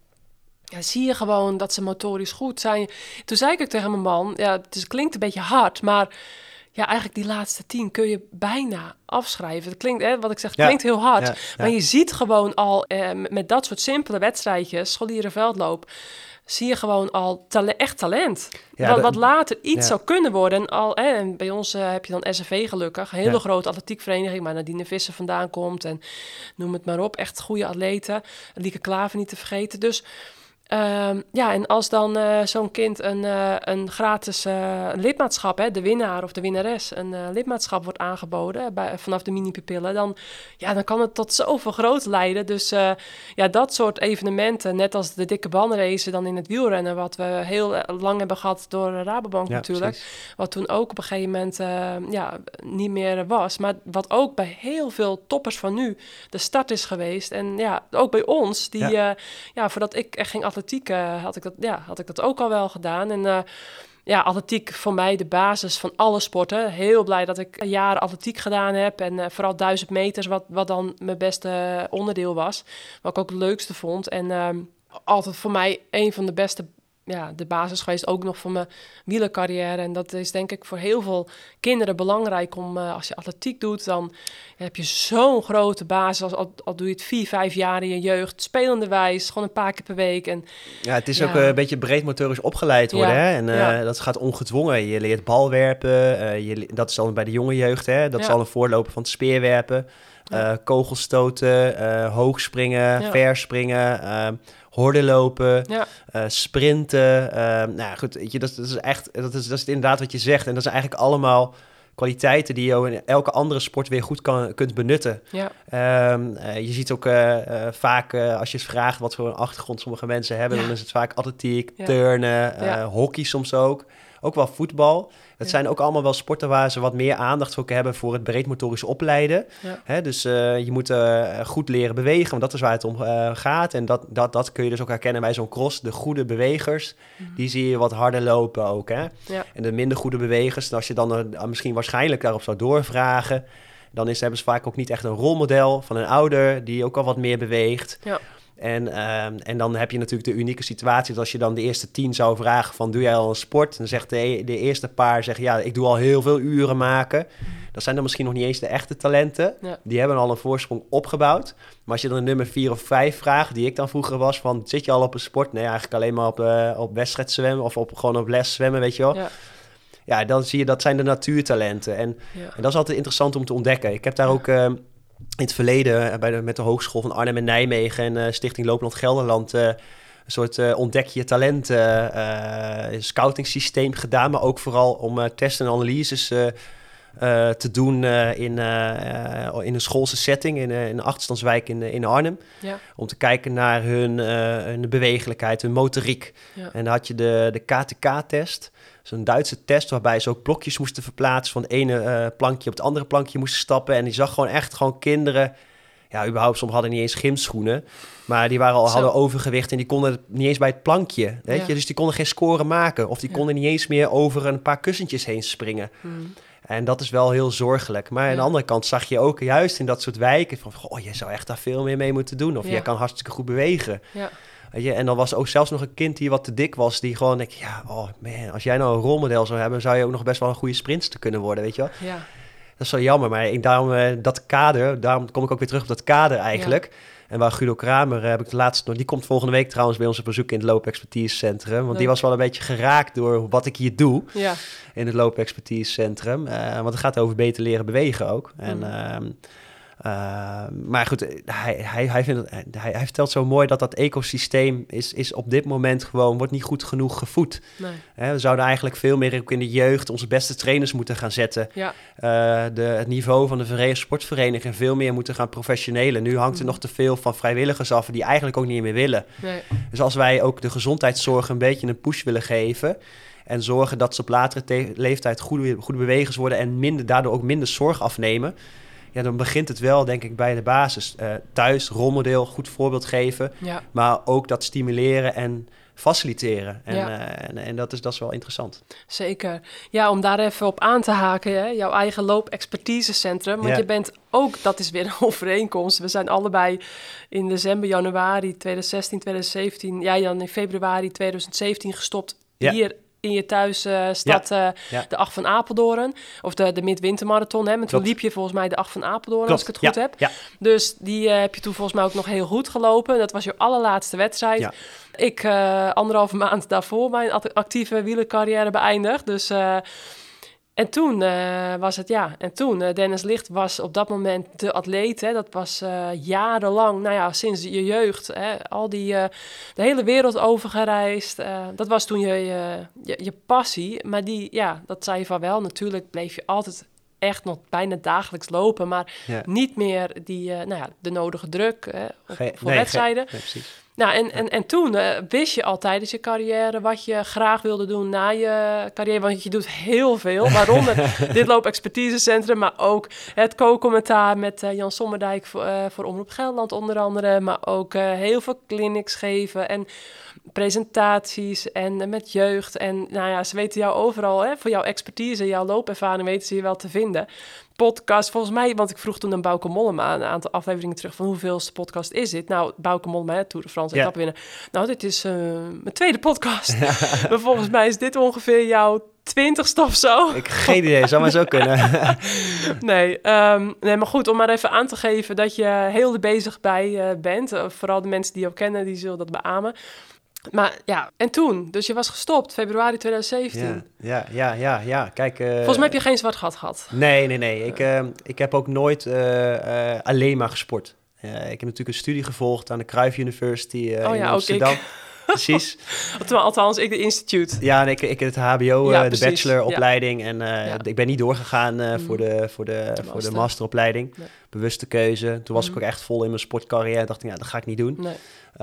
zie je gewoon dat ze motorisch goed zijn. Toen zei ik ook tegen mijn man, het klinkt een beetje hard, maar eigenlijk die laatste 10 kun je bijna afschrijven. Het klinkt, wat ik zeg, klinkt heel hard. Maar je ziet gewoon al met dat soort simpele wedstrijdjes, scholierenveldloop, zie je gewoon al echt talent. Ja, wat later iets zou kunnen worden. En bij ons heb je dan SFV gelukkig. Een hele grote atletiekvereniging, waar Nadine Visser vandaan komt. En noem het maar op. Echt goede atleten. Lieke Klaver niet te vergeten. Dus en als dan zo'n kind een gratis lidmaatschap, de winnaar of de winnares, een lidmaatschap wordt aangeboden vanaf de mini-pupillen, dan kan het tot zoveel groots leiden. Dus dat soort evenementen, net als de dikke banrace dan in het wielrennen, wat we heel lang hebben gehad door Rabobank natuurlijk, precies. Wat toen ook op een gegeven moment niet meer was, maar wat ook bij heel veel toppers van nu de start is geweest. En ook bij ons, die voordat ik echt ging atletiek, had ik dat ook al wel gedaan. En atletiek voor mij de basis van alle sporten. Heel blij dat ik jaren atletiek gedaan heb. En vooral 1000 meters, wat dan mijn beste onderdeel was. Wat ik ook het leukste vond. En altijd voor mij een van de beste, de basis geweest, ook nog van mijn wielercarrière. En dat is denk ik voor heel veel kinderen belangrijk om, als je atletiek doet, dan heb je zo'n grote basis, al doe je het 4-5 jaar in je jeugd, spelende wijs, gewoon een paar keer per week. En, het is ook een beetje breed motorisch opgeleid worden, hè? En dat gaat ongedwongen. Je leert balwerpen, dat is dan bij de jonge jeugd, hè? Dat is al een voorloper van het speerwerpen, kogelstoten, hoogspringen, verspringen, hordenlopen, sprinten. Goed, weet je, dat is inderdaad wat je zegt. En dat zijn eigenlijk allemaal kwaliteiten die je in elke andere sport weer goed kunt benutten. Ja. Je ziet ook vaak, als je vraagt wat voor een achtergrond sommige mensen hebben, dan is het vaak atletiek, turnen, hockey soms ook wel voetbal. Het zijn ook allemaal wel sporten waar ze wat meer aandacht voor hebben voor het breedmotorisch opleiden. Ja. Hè, dus je moet goed leren bewegen, want dat is waar het om gaat. En dat kun je dus ook herkennen bij zo'n cross. De goede bewegers, die zie je wat harder lopen ook. Hè? Ja. En de minder goede bewegers, als je dan misschien waarschijnlijk daarop zou doorvragen, dan hebben ze vaak ook niet echt een rolmodel van een ouder die ook al wat meer beweegt. Ja. En dan heb je natuurlijk de unieke situatie dat als je dan de eerste 10 zou vragen van doe jij al een sport? Dan zegt de eerste paar zeggen ik doe al heel veel uren maken. Dat zijn dan misschien nog niet eens de echte talenten. Ja. Die hebben al een voorsprong opgebouwd. Maar als je dan een nummer 4 of 5 vraagt, die ik dan vroeger was van zit je al op een sport? Nee, eigenlijk alleen maar op wedstrijd zwemmen of gewoon op les zwemmen, weet je wel. Ja. Ja, dan zie je dat zijn de natuurtalenten. En dat is altijd interessant om te ontdekken. Ik heb daar ook in het verleden met de Hogeschool van Arnhem en Nijmegen en Stichting Loopland Gelderland een soort ontdek je talent scouting systeem gedaan, maar ook vooral om testen en analyses te doen in een schoolse setting in een achterstandswijk in Arnhem. Ja. Om te kijken naar hun bewegelijkheid, hun motoriek. Ja. En dan had je de KTK-test. Dat is een Duitse test waarbij ze ook blokjes moesten verplaatsen, van het ene plankje op het andere plankje moesten stappen. En die zag gewoon kinderen, überhaupt, sommigen hadden niet eens gymschoenen, maar die hadden overgewicht en die konden niet eens bij het plankje, weet je? Dus die konden geen score maken of die konden niet eens meer over een paar kussentjes heen springen. En dat is wel heel zorgelijk. Maar aan de andere kant zag je ook juist in dat soort wijken van, je zou echt daar veel meer mee moeten doen. Of jij kan hartstikke goed bewegen. Ja. En dan was ook zelfs nog een kind die wat te dik was, die gewoon denkt, als jij nou een rolmodel zou hebben, zou je ook nog best wel een goede sprinter kunnen worden, weet je wel? Ja. Dat is zo jammer, maar daarom kom ik ook weer terug op dat kader eigenlijk. Ja. En waar Guido Kramer heb ik de laatste nog, die komt volgende week trouwens bij ons op bezoek in het loopexpertisecentrum, want die was wel een beetje geraakt door wat ik hier doe in het loopexpertisecentrum. Want het gaat over beter leren bewegen ook. Maar goed, hij vertelt zo mooi dat ecosysteem is op dit moment gewoon, wordt niet goed genoeg gevoed. Nee. We zouden eigenlijk veel meer ook in de jeugd onze beste trainers moeten gaan zetten. Ja. Het niveau van de sportvereniging veel meer moeten gaan professionelen. Nu hangt er nog te veel van vrijwilligers af die eigenlijk ook niet meer willen. Nee. Dus als wij ook de gezondheidszorg een beetje een push willen geven en zorgen dat ze op latere leeftijd goede bewegers worden en daardoor ook minder zorg afnemen, dan begint het wel, denk ik, bij de basis. Thuis, rolmodel, goed voorbeeld geven. Ja. Maar ook dat stimuleren en faciliteren. En dat is wel interessant. Zeker. Ja, om daar even op aan te haken, hè? Jouw eigen loopexpertisecentrum. Want je bent ook, dat is weer een overeenkomst. We zijn allebei in december, januari 2016, 2017... dan in februari 2017 gestopt hier in je thuisstad, de Acht van Apeldoorn. Of de Midwintermarathon. Hè? Maar toen liep je volgens mij de Acht van Apeldoorn, als ik het goed heb. Ja. Dus die heb je toen volgens mij ook nog heel goed gelopen. Dat was je allerlaatste wedstrijd. Ja. Ik 1,5 maand daarvoor mijn actieve wielercarrière beëindigd. Dus en toen was het En toen, Dennis Licht was op dat moment de atleet. Hè. Dat was jarenlang, sinds je jeugd. Hè, de hele wereld overgereisd. Dat was toen je passie. Maar dat zei je van wel. Natuurlijk bleef je altijd echt nog bijna dagelijks lopen. Maar niet meer de nodige druk voor wedstrijden. Nee, precies. Nou, en toen wist je al tijdens je carrière wat je graag wilde doen na je carrière. Want je doet heel veel, waaronder dit loopexpertisecentrum, maar ook het co-commentaar met Jan Sommerdijk voor Omroep Gelderland onder andere. Maar ook heel veel clinics geven en presentaties en met jeugd. En ze weten jou overal, voor jouw expertise, jouw loopervaring weten ze je wel te vinden. podcast, volgens mij, want ik vroeg toen aan Bauke Mollema een aantal afleveringen terug van hoeveelste podcast is dit? Nou, Bauke Mollema, Tour de France etappe winnen. Nou, dit is mijn tweede podcast. Maar volgens mij is dit ongeveer jouw 20ste of zo. Ik heb geen idee, zou maar zo kunnen. Nee, maar goed, om maar even aan te geven dat je heel er bezig bij bent. Vooral de mensen die je ook kennen, die zullen dat beamen. Maar ja, en toen? Dus je was gestopt, februari 2017. Ja. Kijk, volgens mij heb je geen zwart gat gehad. Nee. Ik heb ook nooit alleen maar gesport. Ik heb natuurlijk een studie gevolgd aan de Cruyff University in Amsterdam. Precies. Althans, ik de instituut. Ja, en ik het HBO, de bacheloropleiding. Ja. En ik ben niet doorgegaan voor de masteropleiding. Nee. Bewuste keuze. Toen was ik ook echt vol in mijn sportcarrière. Dacht ik, dat ga ik niet doen. Nee.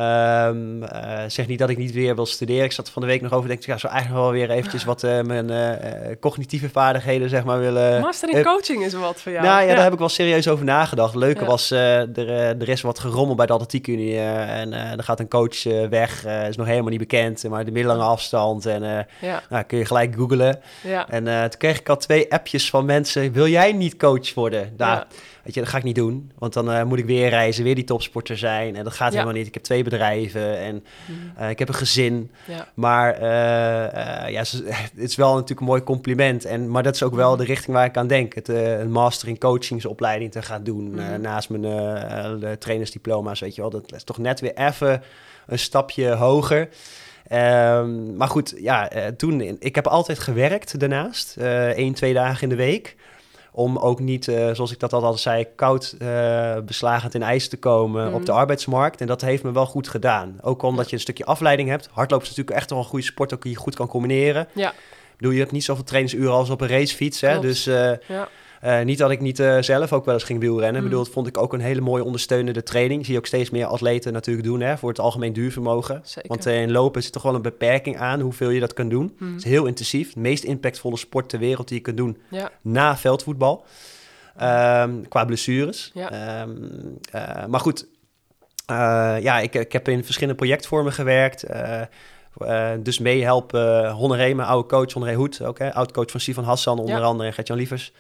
Zeg niet dat ik niet weer wil studeren. Ik zat van de week nog over. Denk ik, zou eigenlijk wel weer eventjes wat mijn cognitieve vaardigheden, zeg maar, willen. Master in coaching is wat voor jou. Nou ja, daar heb ik wel serieus over nagedacht. Leuke was, er is wat gerommel bij de atletiekunie. En er gaat een coach weg. Is nog helemaal niet bekend. Maar de middellange afstand. En kun je gelijk googlen. Ja. En toen kreeg ik al 2 appjes van mensen. Wil jij niet coach worden? Nou, weet je, dat ga ik niet doen. Want dan moet ik weer reizen, weer die topsporter zijn. En dat gaat helemaal niet. Ik heb 2 bedrijven en ik heb een gezin. Ja. Maar het is wel natuurlijk een mooi compliment. Maar dat is ook wel de richting waar ik aan denk. Een master in coachingsopleiding te gaan doen. Naast mijn trainersdiploma's, weet je wel. Dat is toch net weer even een stapje hoger. Maar goed, toen... Ik heb altijd gewerkt daarnaast. 1-2 dagen in de week. Om ook niet, zoals ik dat al zei, koud beslagend in ijs te komen op de arbeidsmarkt. En dat heeft me wel goed gedaan. Ook omdat je een stukje afleiding hebt. Hardlopen is natuurlijk echt wel een goede sport, ook die je goed kan combineren. Ja. Ik bedoel, je hebt niet zoveel trainingsuren als op een racefiets. Hè? Dus niet dat ik niet zelf ook wel eens ging wielrennen. Ik bedoel, dat vond ik ook een hele mooie ondersteunende training. Zie je ook steeds meer atleten natuurlijk doen, hè, voor het algemeen duurvermogen. Zeker. Want in lopen zit toch wel een beperking aan hoeveel je dat kan doen. Het is heel intensief. De meest impactvolle sport ter wereld die je kunt doen na veldvoetbal. Qua blessures. Ja. Maar goed, ik heb in verschillende projectvormen gewerkt. Dus meehelpen Honoré, mijn oude coach, Honoré Hoed, ook, oud-coach van Sivan Hassan onder andere en Gert-Jan Lievers.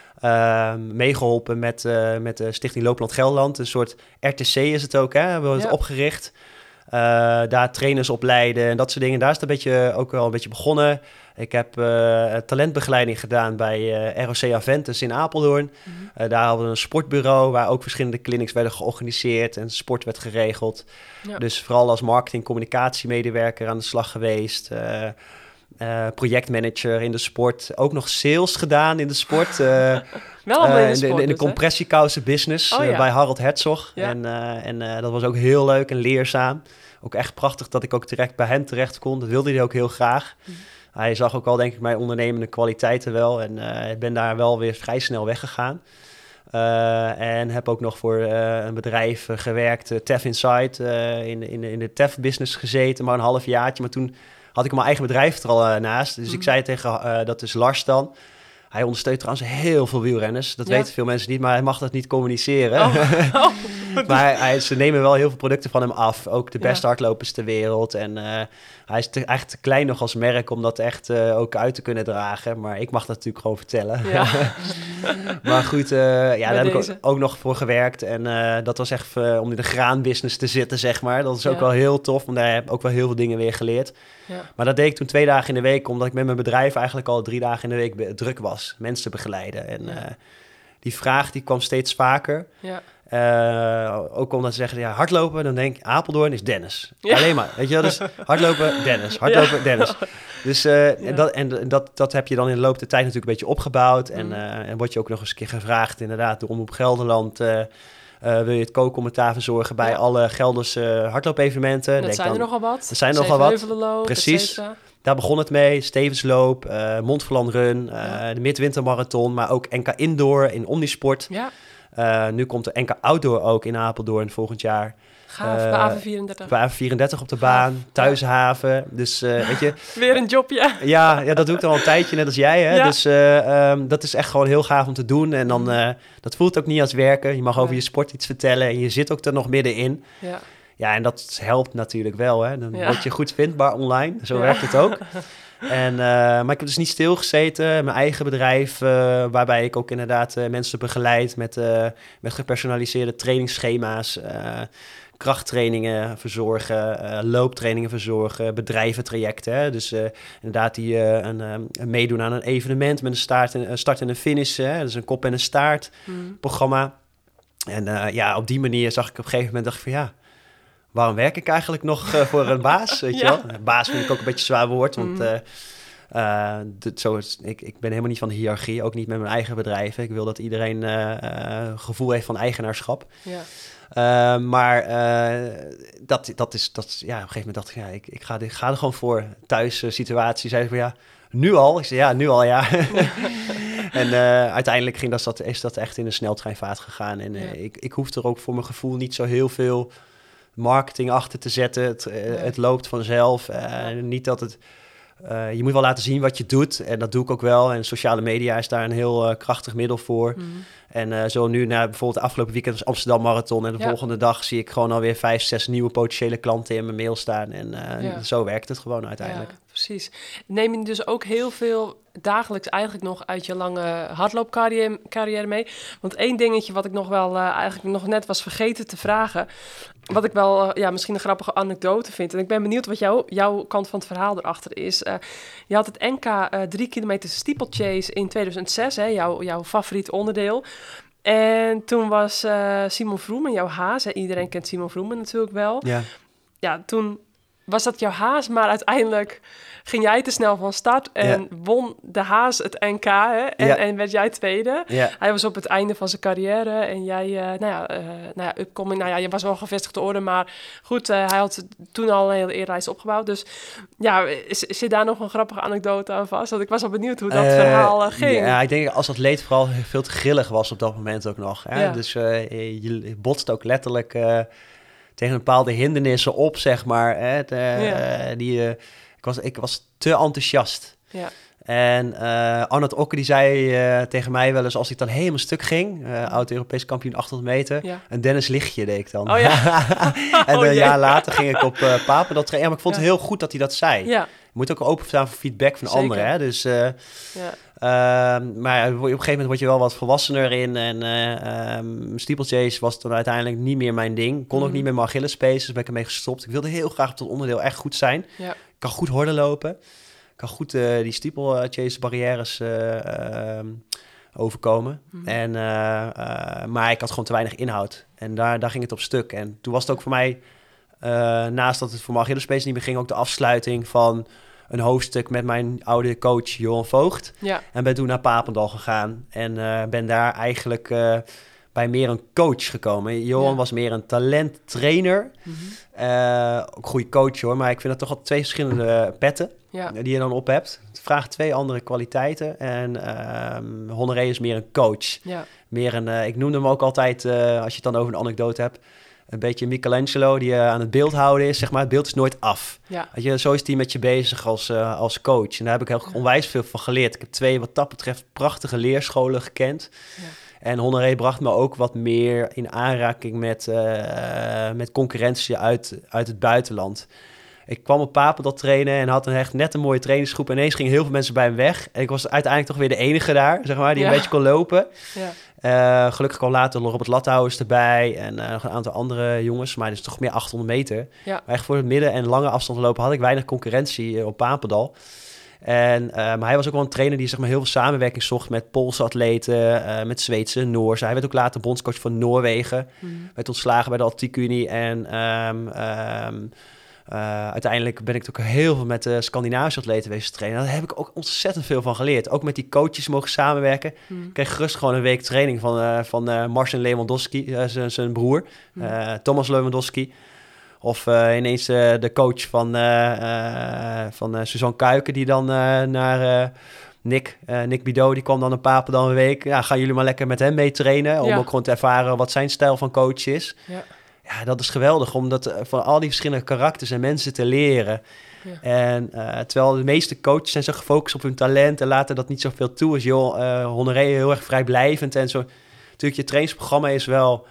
Meegeholpen met de Stichting Loopland Gelderland. Een soort RTC is het ook, hè? Hebben we het opgericht. Daar trainers opleiden en dat soort dingen. Daar is het ook wel een beetje begonnen. Ik heb talentbegeleiding gedaan bij ROC Aventus in Apeldoorn. Daar hadden we een sportbureau waar ook verschillende clinics werden georganiseerd en sport werd geregeld. Ja. Dus vooral als marketing-communicatiemedewerker aan de slag geweest. Projectmanager in de sport. Ook nog sales gedaan in de sport. Wel allemaal in de sport. In de compressiekousen business bij Harold Herzog. Ja. En dat was ook heel leuk en leerzaam. Ook echt prachtig dat ik ook direct bij hem terecht kon. Dat wilde hij ook heel graag. Hij zag ook al, denk ik, mijn ondernemende kwaliteiten wel. En ik ben daar wel weer vrij snel weggegaan. En heb ook nog voor een bedrijf gewerkt, TEF Insight, in de TEF-business gezeten, maar een halfjaartje. Maar toen had ik mijn eigen bedrijf er al naast. Dus ik zei tegen, dat is Lars dan. Hij ondersteunt trouwens heel veel wielrenners. Dat weten veel mensen niet, maar hij mag dat niet communiceren. Maar ze nemen wel heel veel producten van hem af. Ook de beste hardlopers ter wereld. En hij is eigenlijk te klein nog als merk om dat echt ook uit te kunnen dragen. Maar ik mag dat natuurlijk gewoon vertellen. Ja. Maar goed, daar heb ik ook nog voor gewerkt. En dat was echt om in de graanbusiness te zitten, zeg maar. Dat is ook wel heel tof, want daar heb ik ook wel heel veel dingen weer geleerd. Ja. Maar dat deed ik toen 2 dagen in de week, omdat ik met mijn bedrijf eigenlijk al 3 dagen in de week druk was. Mensen begeleiden. En die vraag die kwam steeds vaker. Ja. Ook omdat ze zeggen, hardlopen, dan denk ik, Apeldoorn is Dennis. Ja. Alleen maar, weet je wel, dus hardlopen, Dennis, Dennis. Dus dat heb je dan in de loop der tijd natuurlijk een beetje opgebouwd. En word je ook nog eens een keer gevraagd, inderdaad, door Omroep Gelderland. Wil je het co-commentaar verzorgen bij alle Gelderse hardloopevenementen? Dat zijn er nogal wat. Er zijn nogal wat, precies. Daar begon het mee, Stevensloop, Mont Verland Run, de Midwintermarathon, maar ook NK Indoor in Omnisport. Ja. Nu komt de NK Outdoor ook in Apeldoorn volgend jaar. Gaaf, bij AV34 op de baan, Thuishaven. Dus weet je... Weer een jobje. Ja, dat doe ik al een tijdje, net als jij. Hè? Ja. Dus dat is echt gewoon heel gaaf om te doen. En dan, dat voelt ook niet als werken. Je mag over je sport iets vertellen en je zit ook er nog middenin. Ja, en dat helpt natuurlijk wel. Hè? Dan word je goed vindbaar online. Zo werkt het ook. Maar ik heb dus niet stilgezeten. Mijn eigen bedrijf, waarbij ik ook inderdaad mensen begeleid met gepersonaliseerde trainingsschema's, krachttrainingen verzorgen, looptrainingen verzorgen, bedrijventrajecten. Hè? Dus inderdaad die meedoen aan een evenement met een start en een finish. Hè? Dus een kop en een staart programma. En op die manier zag ik op een gegeven moment, dacht ik van ja, waarom werk ik eigenlijk nog voor een baas? Weet je wel? Baas vind ik ook een beetje zwaar woord, want ik ben helemaal niet van de hiërarchie, ook niet met mijn eigen bedrijven. Ik wil dat iedereen gevoel heeft van eigenaarschap. Ja. Dat is op een gegeven moment dacht ik, ik ga er gewoon voor. Thuis situatie, zei ik van ja, nu al? Ik zei ja, nu al, ja. En uiteindelijk is dat echt in een sneltreinvaart gegaan. En ik hoef er ook voor mijn gevoel niet zo heel veel marketing achter te zetten. Het loopt vanzelf. Niet dat het... je moet wel laten zien wat je doet. En dat doe ik ook wel. En sociale media is daar een heel krachtig middel voor. Mm. En zo nu, bijvoorbeeld de afgelopen weekend was Amsterdam Marathon. En de volgende dag zie ik gewoon alweer 5, 6 nieuwe potentiële klanten in mijn mail staan. En zo werkt het gewoon uiteindelijk. Ja, precies. Neem je dus ook heel veel dagelijks eigenlijk nog uit je lange hardloopcarrière mee? Want één dingetje wat ik nog wel eigenlijk nog net was vergeten te vragen, wat ik wel misschien een grappige anekdote vind. En ik ben benieuwd wat jouw kant van het verhaal erachter is. Je had het NK 3 kilometer steeplechase in 2006, hè, jouw favoriet onderdeel. En toen was Simon Vroemen jouw haas. Hè? Iedereen kent Simon Vroemen natuurlijk wel. Ja, toen was dat jouw haas, maar uiteindelijk ging jij te snel van start en won de haas het NK, hè? En werd jij tweede. Hij was op het einde van zijn carrière en jij, upcoming, je was wel gevestigde orde, maar goed, hij had toen al een hele eerlijst opgebouwd. Dus ja, zit daar nog een grappige anekdote aan vast? Want ik was al benieuwd hoe dat verhaal ging. Ja, ik denk als atleet vooral veel te grillig was op dat moment ook nog. Hè? Ja. Dus je botst ook letterlijk tegen bepaalde hindernissen op, zeg maar. Hè? Ik was te enthousiast. Ja. En Arnold Okke die zei tegen mij wel eens, als ik dan helemaal stuk ging, oud-Europees kampioen 800 meter, een Dennis Lichtje deed ik dan. Oh, ja. En een jaar later ging ik op Papendal trainen. Maar ik vond het heel goed dat hij dat zei. Ja. Je moet ook openstaan voor feedback van anderen. Hè? Dus, maar op een gegeven moment word je wel wat volwassener in. En steeplechase was dan uiteindelijk niet meer mijn ding. Kon ook niet meer mijn Achillespees, dus ben ik ermee gestopt. Ik wilde heel graag op dat onderdeel echt goed zijn. Ja. Ik kan goed horden lopen. Ik kan goed die steeplechase barrières overkomen. Maar ik had gewoon te weinig inhoud. En daar ging het op stuk. En toen was het ook voor mij, naast dat het voor mijn Achillespees niet meer ging, ook de afsluiting van een hoofdstuk met mijn oude coach Johan Voogd. Ja. En ben toen naar Papendal gegaan. En ben daar eigenlijk bij meer een coach gekomen. Johan was meer een talenttrainer. Ook een goede coach hoor, maar ik vind dat toch al 2 verschillende petten die je dan op hebt. Het vraagt 2 andere kwaliteiten. En Honoré is meer een coach. Ja. Meer ik noemde hem ook altijd, als je het dan over een anekdote hebt, een beetje Michelangelo die aan het beeld houden is, zeg maar. Het beeld is nooit af. Ja. Zo is hij met je bezig als coach. En daar heb ik onwijs veel van geleerd. Ik heb 2, wat dat betreft, prachtige leerscholen gekend. Ja. En Honoré bracht me ook wat meer in aanraking met concurrentie uit het buitenland. Ik kwam op Papendal trainen en had echt net een mooie trainingsgroep. En ineens gingen heel veel mensen bij hem weg. En ik was uiteindelijk toch weer de enige daar, zeg maar, die een beetje kon lopen. Ja. Gelukkig kwam later Robert Lathouwers erbij en nog een aantal andere jongens. Maar het is toch meer 800 meter. Ja. Maar echt voor het midden- en lange afstand lopen had ik weinig concurrentie op Papendal. Maar hij was ook wel een trainer die zeg maar heel veel samenwerking zocht met Poolse atleten, met Zweedse, Noorse. Hij werd ook later bondscoach van Noorwegen. Werd ontslagen bij de Atletiek Unie. En uiteindelijk ben ik ook heel veel met de Scandinavische atleten wezen trainen. Daar heb ik ook ontzettend veel van geleerd. Ook met die coaches mogen samenwerken. Ik kreeg gerust gewoon een week training van Marcin Lewandowski, zijn broer, Thomas Lewandowski. Of ineens de coach van Suzanne Kuiken, die dan naar Nick Bidot, die kwam dan een Papendal een week. Ja, gaan jullie maar lekker met hem mee trainen, om ook gewoon te ervaren wat zijn stijl van coach is. Ja. Ja, dat is geweldig, om van al die verschillende karakters en mensen te leren. Ja. En terwijl de meeste coaches zijn zo gefocust op hun talent en laten dat niet zoveel toe. Is Honoré heel erg vrijblijvend en zo. Natuurlijk, je trainingsprogramma is wel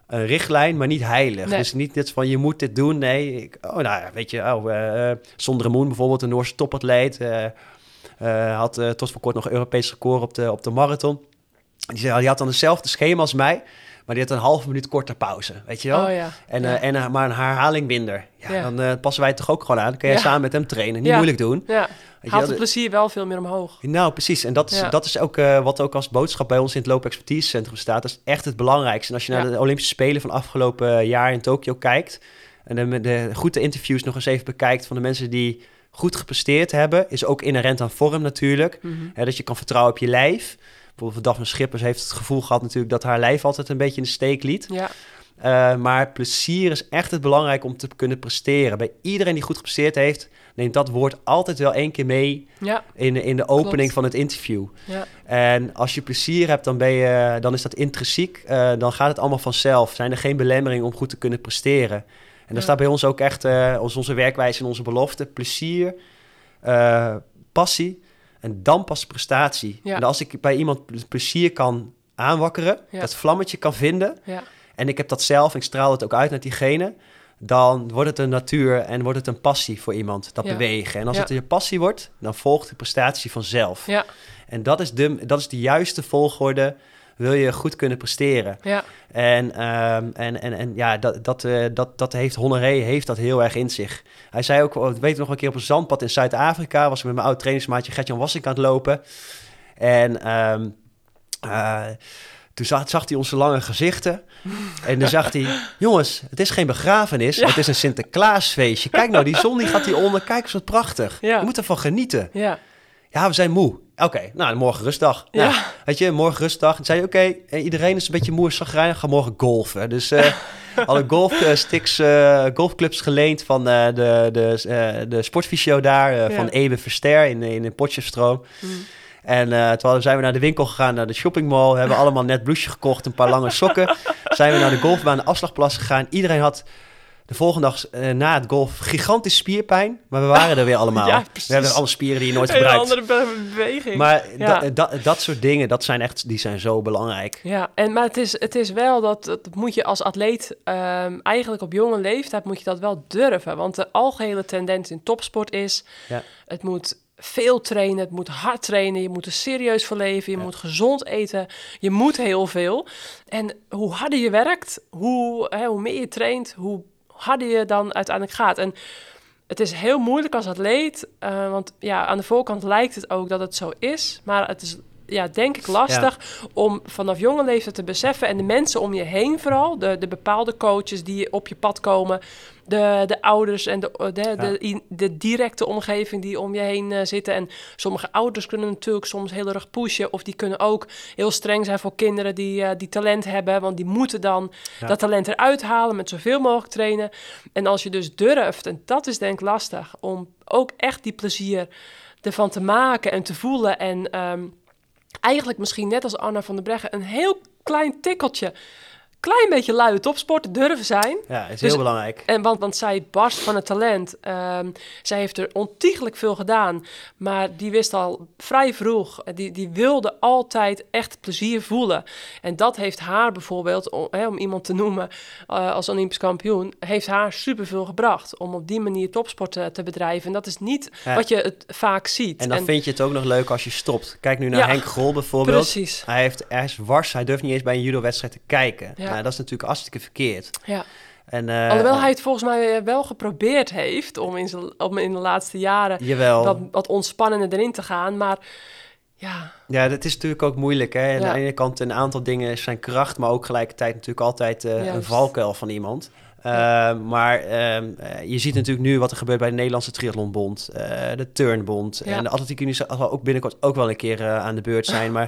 een richtlijn, maar niet heilig. Nee. Dus niet dit van, je moet dit doen. Nee, Sondre Moen bijvoorbeeld, een Noorse topatleet... had tot voor kort nog Europees record op de marathon. Die had dan hetzelfde schema als mij... maar die had een halve minuut korter pauze, weet je wel? Oh, ja. En maar een herhaling minder. Ja. Dan passen wij het toch ook gewoon aan. Dan kun je samen met hem trainen. Niet moeilijk doen. Ja. Haalt het plezier wel veel meer omhoog. Nou, precies. En dat is ook wat ook als boodschap bij ons in het loopexpertisecentrum staat. Dat is echt het belangrijkste. En als je naar de Olympische Spelen van afgelopen jaar in Tokio kijkt... en de goede interviews nog eens even bekijkt van de mensen die goed gepresteerd hebben... is ook inherent aan vorm natuurlijk. Mm-hmm. Dat je kan vertrouwen op je lijf... Bijvoorbeeld Daphne Schippers heeft het gevoel gehad natuurlijk... dat haar lijf altijd een beetje in de steek liet. Ja. Maar plezier is echt het belangrijk om te kunnen presteren. Bij iedereen die goed gepresteerd heeft... neemt dat woord altijd wel 1 keer mee... in de opening van het interview. Ja. En als je plezier hebt, dan is dat intrinsiek. Dan gaat het allemaal vanzelf. Zijn er geen belemmeringen om goed te kunnen presteren. En daar staat bij ons ook echt onze werkwijze en onze belofte. Plezier, passie... En dan pas prestatie. Ja. En als ik bij iemand plezier kan aanwakkeren... dat vlammetje kan vinden... en ik heb dat zelf en ik straal het ook uit naar diegene... dan wordt het een natuur en wordt het een passie voor iemand, dat bewegen. En als het je passie wordt, dan volgt de prestatie vanzelf. Ja. En dat is de juiste volgorde... wil je goed kunnen presteren. Ja. En dat heeft Honoré heeft dat heel erg in zich. Hij zei ook, weet je nog een keer op een zandpad in Zuid-Afrika... was ik met mijn oud trainingsmaatje Gert-Jan Wassink aan het lopen. En toen zag hij onze lange gezichten. En dan zag hij, jongens, het is geen begrafenis, het is een Sinterklaasfeestje. Kijk nou, die zon die gaat hieronder, kijk eens wat prachtig. Je moet ervan genieten. Ja, we zijn moe. Oké, nou, morgen rustdag. Ja. Nou, weet je, morgen rustdag. Toen zei hij, oké, iedereen is een beetje moe en chagrijnig. Ga morgen golfen. Dus alle golfclubs geleend van de sportfysio daar. Van Ewe Verster in Potchefstroom. En toen zijn we naar de winkel gegaan, naar de shoppingmall. We hebben allemaal net blouseje gekocht, een paar lange sokken. Zijn we naar de golfbaan, de afslagplas gegaan. Iedereen had... De volgende dag na het golf gigantisch spierpijn. Maar we waren er weer allemaal. Ja, precies. We hebben alle spieren die je nooit gebruikt. Een andere beweging. Maar dat soort dingen, die zijn zo belangrijk. Ja, maar het is wel dat moet je als atleet... eigenlijk op jonge leeftijd moet je dat wel durven. Want de algehele tendens in topsport is... Het moet veel trainen, het moet hard trainen. Je moet er serieus voor leven. Je moet gezond eten. Je moet heel veel. En hoe harder je werkt, hoe meer je traint... hoe harder je dan uiteindelijk gaat. En het is heel moeilijk als atleet, want aan de voorkant lijkt het ook dat het zo is, maar het is denk ik lastig om vanaf jonge leeftijd te beseffen en de mensen om je heen vooral, de bepaalde coaches die op je pad komen, de ouders en de directe omgeving die om je heen zitten. En sommige ouders kunnen natuurlijk soms heel erg pushen of die kunnen ook heel streng zijn voor kinderen die talent hebben, want die moeten dan dat talent eruit halen met zoveel mogelijk trainen. En als je dus durft, en dat is denk ik lastig, om ook echt die plezier ervan te maken en te voelen en eigenlijk misschien net als Anna van der Breggen een heel klein tikkeltje, klein beetje luie topsport durven zijn. Ja, is heel belangrijk. En want zij barst van het talent. Zij heeft er ontiegelijk veel gedaan, maar die wist al vrij vroeg, die wilde altijd echt plezier voelen. En dat heeft haar bijvoorbeeld, om iemand te noemen als Olympisch kampioen, heeft haar superveel gebracht om op die manier topsport te bedrijven. En dat is niet wat je het vaak ziet. En dan vind je het ook nog leuk als je stopt. Kijk nu naar Henk Grol bijvoorbeeld. Precies. Hij is wars, hij durft niet eens bij een judo-wedstrijd te kijken. Ja. Nou, dat is natuurlijk hartstikke verkeerd. Ja. En, alhoewel hij het volgens mij wel geprobeerd heeft om in de laatste jaren wat ontspannender erin te gaan, maar ja, dat is natuurlijk ook moeilijk. Hè? Aan de ene kant een aantal dingen is zijn kracht, maar ook tegelijkertijd natuurlijk altijd een valkuil van iemand. Maar je ziet natuurlijk nu wat er gebeurt bij de Nederlandse Triathlonbond, de Turnbond en de Atletiek Unie zal ook binnenkort ook wel een keer aan de beurt zijn. Maar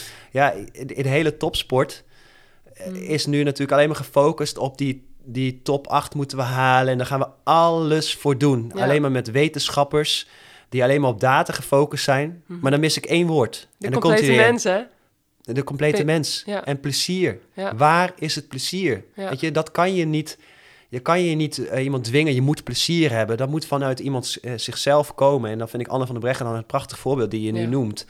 de hele topsport is nu natuurlijk alleen maar gefocust op die top 8 moeten we halen. En daar gaan we alles voor doen. Ja. Alleen maar met wetenschappers die alleen maar op data gefocust zijn. Maar dan mis ik 1 woord. De complete mens, hè? De complete mens. Ja. En plezier. Ja. Waar is het plezier? Ja. Weet je, dat kan je niet... Je kan je niet iemand dwingen, je moet plezier hebben. Dat moet vanuit iemand zichzelf komen. En dan vind ik Anne van der Breggen dan een prachtig voorbeeld die je nu noemt.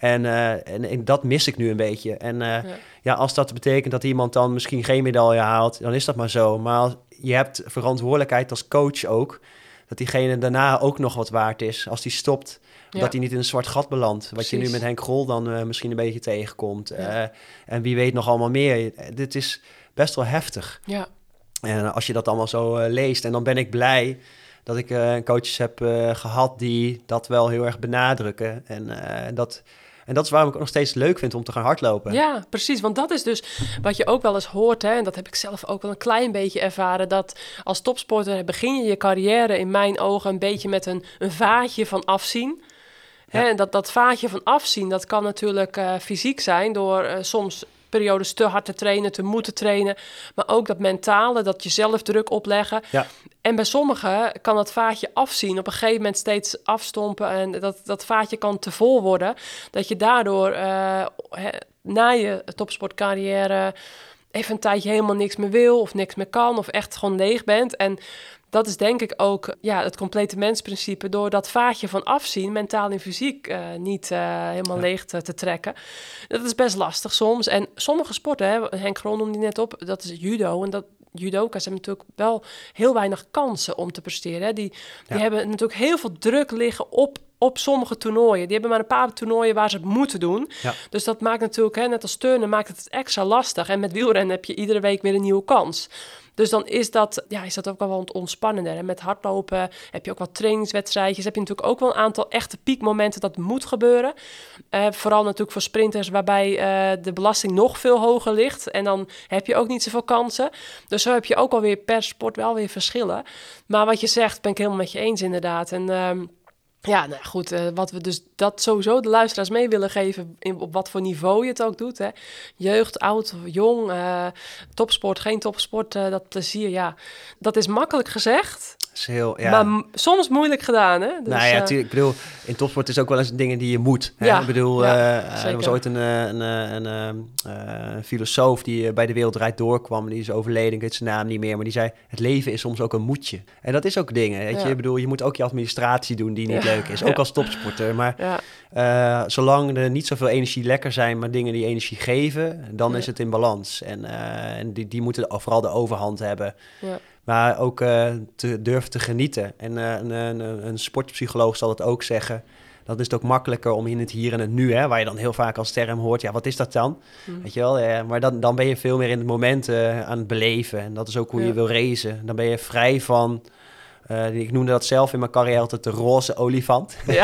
En dat mis ik nu een beetje. En als dat betekent dat iemand dan misschien geen medaille haalt, dan is dat maar zo. Maar je hebt verantwoordelijkheid als coach ook, dat diegene daarna ook nog wat waard is. Als die stopt, dat hij niet in een zwart gat belandt. Wat je nu met Henk Grol dan misschien een beetje tegenkomt. Ja. En wie weet nog allemaal meer. Dit is best wel heftig. Ja. En als je dat allemaal zo leest, en dan ben ik blij dat ik coaches heb gehad die dat wel heel erg benadrukken. En dat is waarom ik het nog steeds leuk vind om te gaan hardlopen. Ja, precies. Want dat is dus wat je ook wel eens hoort. Hè, en dat heb ik zelf ook wel een klein beetje ervaren. Dat als topsporter begin je carrière in mijn ogen een beetje met een vaatje van afzien. Ja. Hè, en dat vaatje van afzien, dat kan natuurlijk fysiek zijn door soms periodes te hard te trainen, te moeten trainen. Maar ook dat mentale, dat jezelf druk opleggen. Ja. En bij sommigen kan dat vaatje afzien. Op een gegeven moment steeds afstompen. En dat vaatje kan te vol worden. Dat je daardoor na je topsportcarrière even een tijdje helemaal niks meer wil of niks meer kan. Of echt gewoon leeg bent. En dat is denk ik ook het complete mensprincipe. Door dat vaatje van afzien, mentaal en fysiek, niet helemaal leeg te trekken. Dat is best lastig soms. En sommige sporten, Henk Grol noemde die net op, dat is judo. En judoka's hebben natuurlijk wel heel weinig kansen om te presteren. Hè. Die hebben natuurlijk heel veel druk liggen op sommige toernooien. Die hebben maar een paar toernooien waar ze het moeten doen. Ja. Dus dat maakt natuurlijk, net als turnen, maakt het extra lastig. En met wielrennen heb je iedere week weer een nieuwe kans. Dus dan is dat ook wel wat ontspannender. En met hardlopen heb je ook wat trainingswedstrijdjes. Heb je natuurlijk ook wel een aantal echte piekmomenten dat moet gebeuren. Vooral natuurlijk voor sprinters waarbij de belasting nog veel hoger ligt. En dan heb je ook niet zoveel kansen. Dus zo heb je ook alweer per sport wel weer verschillen. Maar wat je zegt, ben ik helemaal met je eens inderdaad. En wat we dus dat sowieso de luisteraars mee willen geven, op wat voor niveau je het ook doet. Hè. Jeugd, oud, jong, topsport, geen topsport, dat plezier, dat is makkelijk gezegd. Is heel, maar soms moeilijk gedaan, hè? Dus, natuurlijk. Ik bedoel, in topsport is ook wel eens dingen die je moet. Hè? Ja, ik bedoel, er was ooit een filosoof die bij De Wereld Draait Door kwam. Die is overleden, ik weet zijn naam niet meer. Maar die zei, het leven is soms ook een moetje. En dat is ook dingen, weet je. Ik bedoel, je moet ook je administratie doen die niet leuk is. Ook als topsporter. Maar zolang er niet zoveel energie lekker zijn, maar dingen die energie geven, dan is het in balans. En die moeten vooral de overhand hebben. Ja. Maar ook te durven te genieten. En een sportpsycholoog zal het ook zeggen. Dan is het ook makkelijker om in het hier en het nu, hè, waar je dan heel vaak als term hoort, wat is dat dan? Weet je wel? Maar dan ben je veel meer in het moment aan het beleven. En dat is ook hoe je wil racen. Dan ben je vrij van, ik noemde dat zelf in mijn carrière altijd de roze olifant. Ja,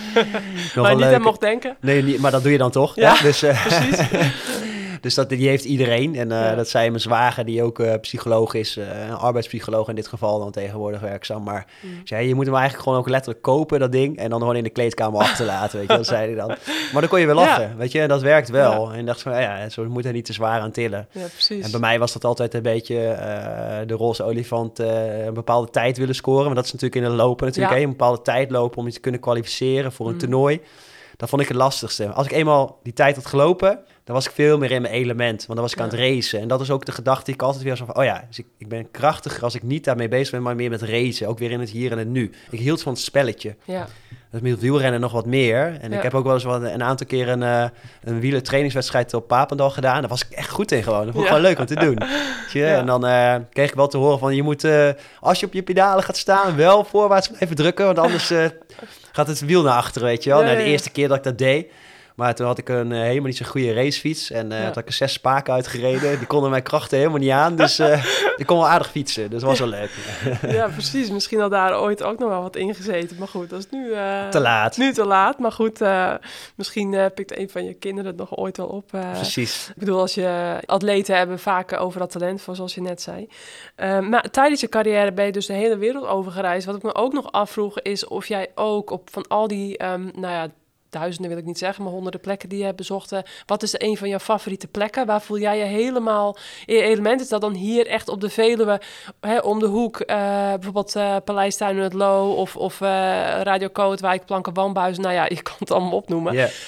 maar niet aan mocht denken. Nee, maar dat doe je dan toch. Ja, hè? Dus, precies. Dus die heeft iedereen. En dat zei mijn zwager, die ook psycholoog is. Een arbeidspsycholoog in dit geval dan tegenwoordig werkzaam. Maar zei, je moet hem eigenlijk gewoon ook letterlijk kopen, dat ding. En dan gewoon in de kleedkamer achterlaten, weet je. Dat zei hij dan. Maar dan kon je weer lachen, weet je. En dat werkt wel. Ja. En dacht van, zo moet hij niet te zwaar aan tillen. Ja, precies. En bij mij was dat altijd een beetje de roze olifant een bepaalde tijd willen scoren. Maar dat is natuurlijk in het lopen natuurlijk. Een bepaalde tijd lopen om je te kunnen kwalificeren voor een toernooi. Dat vond ik het lastigste. Als ik eenmaal die tijd had gelopen, dan was ik veel meer in mijn element. Want dan was ik aan het racen. En dat is ook de gedachte die ik altijd weer zo van, dus ik ben krachtiger als ik niet daarmee bezig ben, maar meer met racen. Ook weer in het hier en het nu. Ik hield van het spelletje. Ja. Dat is met wielrennen nog wat meer. En ik heb ook wel eens een aantal keer een wielertrainingswedstrijd op Papendal gedaan. Daar was ik echt goed in gewoon. Dat vond ik gewoon leuk om te doen. En dan kreeg ik wel te horen van, je moet, als je op je pedalen gaat staan, wel voorwaarts blijven drukken. Want anders gaat het wiel naar achteren, weet je wel. De eerste keer dat ik dat deed. Maar toen had ik een helemaal niet zo'n goede racefiets. En toen had ik er 6 spaken uitgereden. Die konden mijn krachten helemaal niet aan. Dus ik kon wel aardig fietsen. Dus dat was wel leuk. Ja, precies. Misschien had daar ooit ook nog wel wat ingezeten. Maar goed, dat is nu te laat. Nu te laat. Maar goed, misschien pikt een van je kinderen het nog ooit wel op. Precies. Ik bedoel, als je atleten hebben vaak over dat talent, zoals je net zei. Maar tijdens je carrière ben je dus de hele wereld over gereisd. Wat ik me ook nog afvroeg is of jij ook op van al die, duizenden wil ik niet zeggen, maar honderden plekken die je hebt bezocht. Wat is een van jouw favoriete plekken? Waar voel jij je helemaal in je element? Is dat dan hier echt op de Veluwe, om de hoek, bijvoorbeeld Paleis Tuin in het Loo of Radio Coat, Wijk, Planken, Wambuizen. Nou ja, je kan het allemaal opnoemen. Yeah.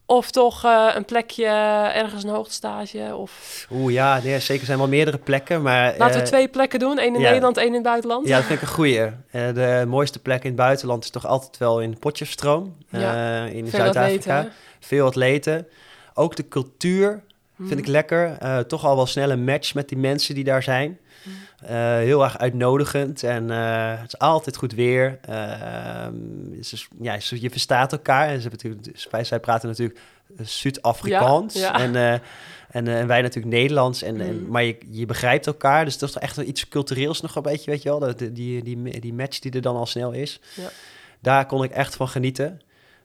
Of toch een plekje ergens een hoogtestage? Of... Nee, zeker zijn wel meerdere plekken. Maar, Laten we 2 plekken doen. 1 in Nederland, 1 in het buitenland. Ja, dat vind ik een goeie. De mooiste plek in het buitenland is toch altijd wel in Potchefstroom. In Zuid-Afrika. Veel atleten. Ook de cultuur vind ik lekker. Toch al wel snel een match met die mensen die daar zijn. Heel erg uitnodigend en het is altijd goed weer. Je verstaat elkaar. En zij praten natuurlijk Zuid-Afrikaans en wij natuurlijk Nederlands. Maar je begrijpt elkaar, dus dat is toch echt iets cultureels nog een beetje, weet je wel. Die match die er dan al snel is. Ja. Daar kon ik echt van genieten.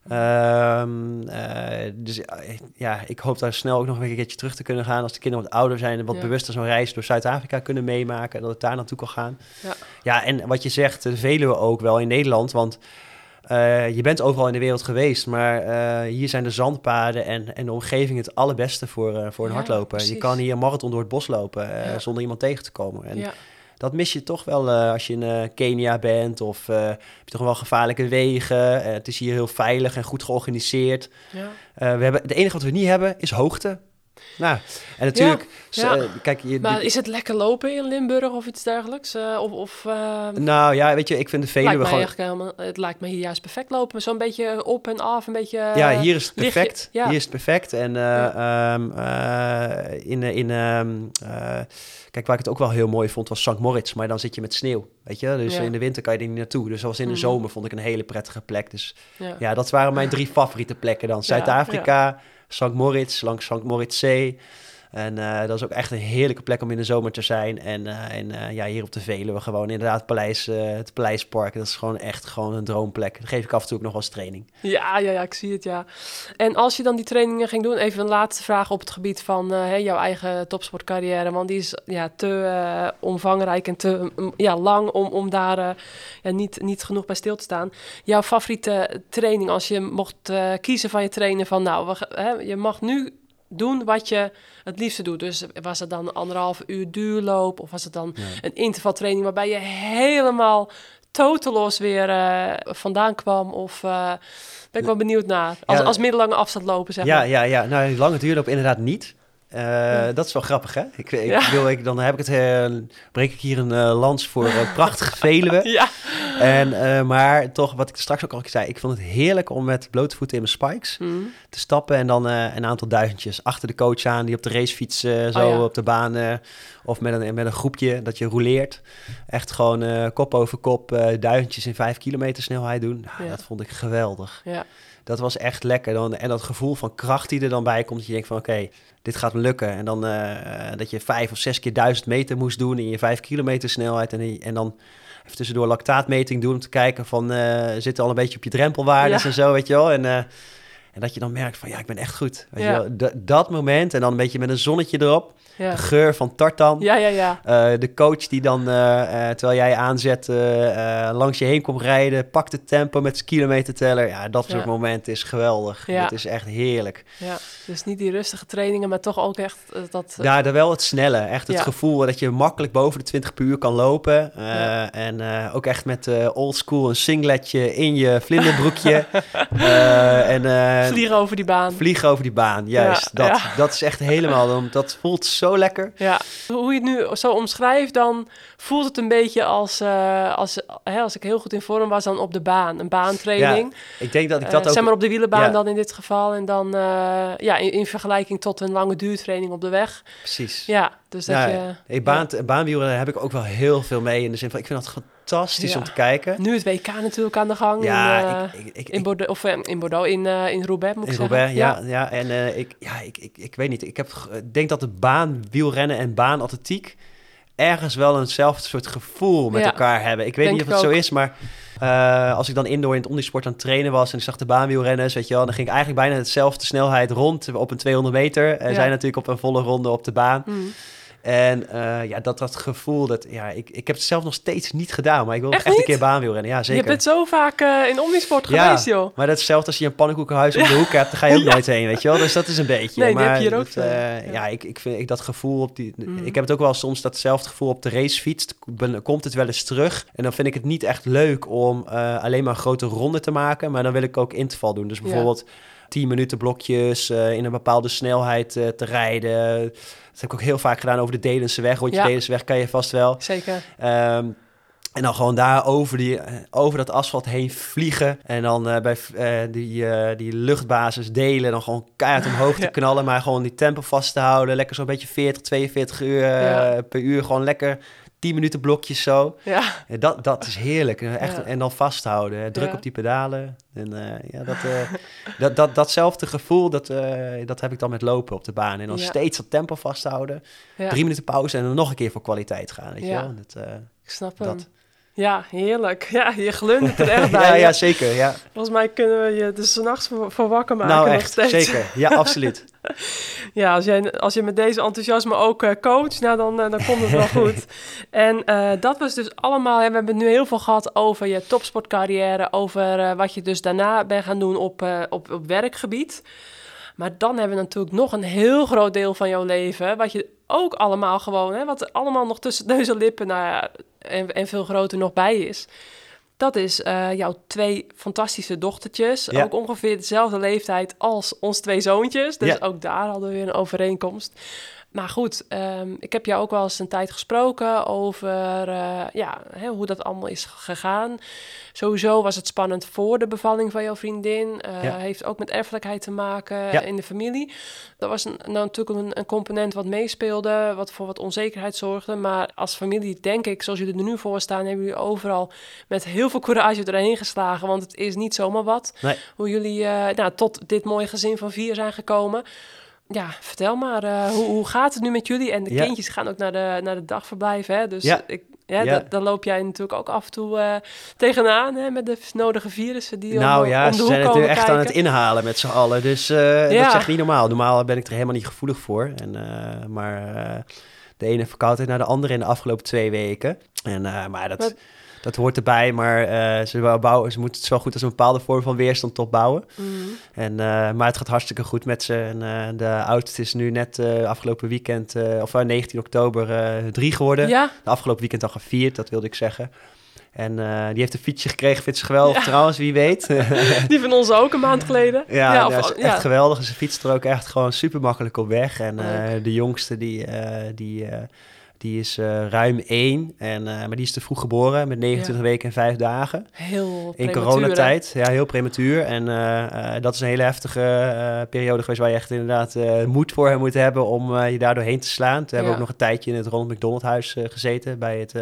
Ik hoop daar snel ook nog een keertje terug te kunnen gaan als de kinderen wat ouder zijn en wat bewuster zo'n reis door Zuid-Afrika kunnen meemaken en dat het daar naartoe kan gaan. Ja, en wat je zegt, de Veluwe ook wel in Nederland, want je bent overal in de wereld geweest, maar hier zijn de zandpaden en de omgeving het allerbeste voor een hardloper. Precies. Je kan hier een marathon door het bos lopen zonder iemand tegen te komen. En dat mis je toch wel als je in Kenia bent of heb je toch wel gevaarlijke wegen. Het is hier heel veilig en goed georganiseerd. Ja. Het enige wat we niet hebben is hoogte. Nou, en natuurlijk... Kijk, maar is het lekker lopen in Limburg of iets dergelijks? Nou ja, weet je, ik vind de Veluwe gewoon... Het lijkt me hier juist perfect lopen. Zo'n beetje op en af, een beetje... Ja, hier is het perfect. Hier is het perfect. En kijk, waar ik het ook wel heel mooi vond, was St. Moritz. Maar dan zit je met sneeuw, weet je. Dus in de winter kan je er niet naartoe. Dus zoals in de zomer vond ik een hele prettige plek. Dus dat waren mijn 3 favoriete plekken dan. Zuid-Afrika... St. Moritz, langs St. Moritzzee. En dat is ook echt een heerlijke plek om in de zomer te zijn. En hier op de Veluwe gewoon inderdaad het Paleispark. Dat is gewoon echt een droomplek. Dat geef ik af en toe ook nog als training. Ja, ik zie het, ja. En als je dan die trainingen ging doen, even een laatste vraag op het gebied van jouw eigen topsportcarrière. Want die is te omvangrijk en te lang om daar niet genoeg bij stil te staan. Jouw favoriete training, als je mocht kiezen van je trainer van je mag nu doen wat je het liefste doet. Dus was het dan 1,5 uur duurloop of was het dan een intervaltraining waarbij je helemaal totelos weer vandaan kwam? Of ben ik wel benieuwd naar. Als middellange afstand lopen, zeg maar. Ja. Nou, lange duurloop inderdaad niet. Dat is wel grappig, hè? Dan breek ik hier een lans voor prachtige Veluwe. Ja. Maar toch, wat ik straks ook al zei, ik vond het heerlijk om met blote voeten in mijn spikes te stappen en dan een aantal duizendjes achter de coach aan, die op de racefiets op de baan of met een groepje dat je rouleert. Echt gewoon kop over kop duizendjes in 5 kilometer snelheid doen. Nou, dat vond ik geweldig. Ja. Dat was echt lekker. En dat gevoel van kracht die er dan bij komt, dat je denkt van oké, dit gaat me lukken. En dan dat je 5 of 6 keer 1000 meter moest doen in je 5 kilometer snelheid. En dan even tussendoor lactaatmeting doen om te kijken van zit al een beetje op je drempelwaardes en zo, weet je wel. En dat je dan merkt van ik ben echt goed. Weet je wel? Dat moment en dan een beetje met een zonnetje erop. Ja. De geur van tartan. De coach die dan, terwijl jij aanzet, langs je heen komt rijden, pakt het tempo met zijn kilometerteller. Ja, dat soort momenten is geweldig. Ja. Het is echt heerlijk. Ja, dus niet die rustige trainingen, maar toch ook echt dat... Ja, dan wel het snelle. Echt het gevoel dat je makkelijk boven de 20 per uur kan lopen. En ook echt met old school een singletje in je vlinderbroekje. Vliegen over die baan. Vliegen over die baan, juist. Dat is echt helemaal... Dat voelt zo lekker. Ja. Hoe je het nu zo omschrijft, dan voelt het een beetje als ik heel goed in vorm was, dan op de baan. Een baantraining. Ja, ik denk dat ik dat ook... Zeg maar op de wielenbaan dan in dit geval. En dan in vergelijking tot een lange duurtraining op de weg. Precies. Ja, dus dat je... Baanwielrennen heb ik ook wel heel veel mee. In de zin van, ik vind dat fantastisch om te kijken. Nu het WK natuurlijk aan de gang. Ja, in Bordeaux, in Roubaix moet ik zeggen. Roubaix, ja. En ik weet niet. Ik denk dat de baanwielrennen en baanatletiek ergens wel eenzelfde soort gevoel met elkaar hebben. Ik weet niet of het zo is, maar als ik dan indoor in het omnisport aan het trainen was en ik zag de baanwielrenners, weet je wel, dan ging ik eigenlijk bijna hetzelfde snelheid rond op een 200 meter. Zij natuurlijk op een volle ronde op de baan. En dat gevoel, ik heb het zelf nog steeds niet gedaan, maar ik wil echt een keer baanwielrennen. Ja, zeker. Je bent zo vaak in omnisport geweest, joh. Maar dat is hetzelfde als je een pannenkoekenhuis om de hoek hebt, dan ga je ook nooit heen, weet je wel. Dus dat is een beetje. Nee, maar heb je hier ook. Ik vind dat gevoel op die... Ik heb het ook wel soms datzelfde gevoel op de racefiets. Komt het wel eens terug. En dan vind ik het niet echt leuk om alleen maar een grote ronde te maken, maar dan wil ik ook interval doen. Dus bijvoorbeeld 10 minuten blokjes in een bepaalde snelheid te rijden. Dat heb ik ook heel vaak gedaan over de Delense weg. Rondje Delense weg kan je vast wel. Zeker. En dan gewoon daar over dat asfalt heen vliegen. En dan bij die luchtbasis delen. Dan gewoon keihard omhoog te knallen. Maar gewoon die tempo vast te houden. Lekker zo'n beetje 40, 42 uur per uur. Gewoon lekker 10 minuten blokjes zo. Ja. Dat is heerlijk. Echt, en dan vasthouden. Druk op die pedalen. En datzelfde gevoel, dat heb ik dan met lopen op de baan. En dan steeds dat tempo vasthouden. 3 minuten pauze en dan nog een keer voor kwaliteit gaan. Weet je wel? Ik snap hem. Ja, heerlijk. Ja, je glundert er echt bij. Ja, zeker. Ja. Volgens mij kunnen we je dus 's nachts voor wakker maken. Nou, nog echt. Steeds. Zeker. Ja, absoluut. Ja, als je met deze enthousiasme ook coacht, nou dan komt het wel goed. En dat was dus allemaal... we hebben het nu heel veel gehad over je topsportcarrière, over wat je dus daarna bent gaan doen op werkgebied. Maar dan hebben we natuurlijk nog een heel groot deel van jouw leven, wat je ook allemaal gewoon, wat allemaal nog tussen neus en lippen, en veel groter nog bij is. Dat is jouw 2 fantastische dochtertjes. Ja. Ook ongeveer dezelfde leeftijd als ons 2 zoontjes. Dus ook daar hadden we weer een overeenkomst. Maar goed, ik heb jou ook wel eens een tijd gesproken over hoe dat allemaal is gegaan. Sowieso was het spannend voor de bevalling van jouw vriendin. Heeft ook met erfelijkheid te maken in de familie. Dat was natuurlijk een component wat meespeelde, wat voor wat onzekerheid zorgde. Maar als familie, denk ik, zoals jullie er nu voor staan, hebben jullie overal met heel veel courage erheen geslagen. Want het is niet zomaar wat. Nee. Hoe jullie tot dit mooie gezin van 4 zijn gekomen. Ja, vertel maar, hoe gaat het nu met jullie? En de kindjes gaan ook naar de dagverblijven, hè? Dus daar loop jij natuurlijk ook af en toe tegenaan, hè? Met de nodige virussen die om de hoek komen. Ze zijn het nu echt aan het inhalen met z'n allen. Dus dat is echt niet normaal. Normaal ben ik er helemaal niet gevoelig voor. Maar de ene verkoudheid naar de andere in de afgelopen 2 weken. Dat hoort erbij, maar ze moeten het zo goed als een bepaalde vorm van weerstand opbouwen. Mm. Maar het gaat hartstikke goed met ze. En de oudste is nu net afgelopen weekend, 19 oktober, 3 geworden. Ja. De afgelopen weekend al gevierd, dat wilde ik zeggen. En die heeft een fietsje gekregen, vindt ze geweldig trouwens, wie weet. Die van ons ook een maand geleden. Dat is echt geweldig. Ze fietst er ook echt gewoon super makkelijk op weg. En de jongste, die is ruim 1, maar die is te vroeg geboren met 29 weken en 5 dagen. Heel in coronatijd. Ja, heel prematuur. En dat is een hele heftige periode geweest waar je echt inderdaad moed voor moet hebben om je daar doorheen te slaan. Toen hebben we ook nog een tijdje in het Ronald McDonald Huis gezeten bij het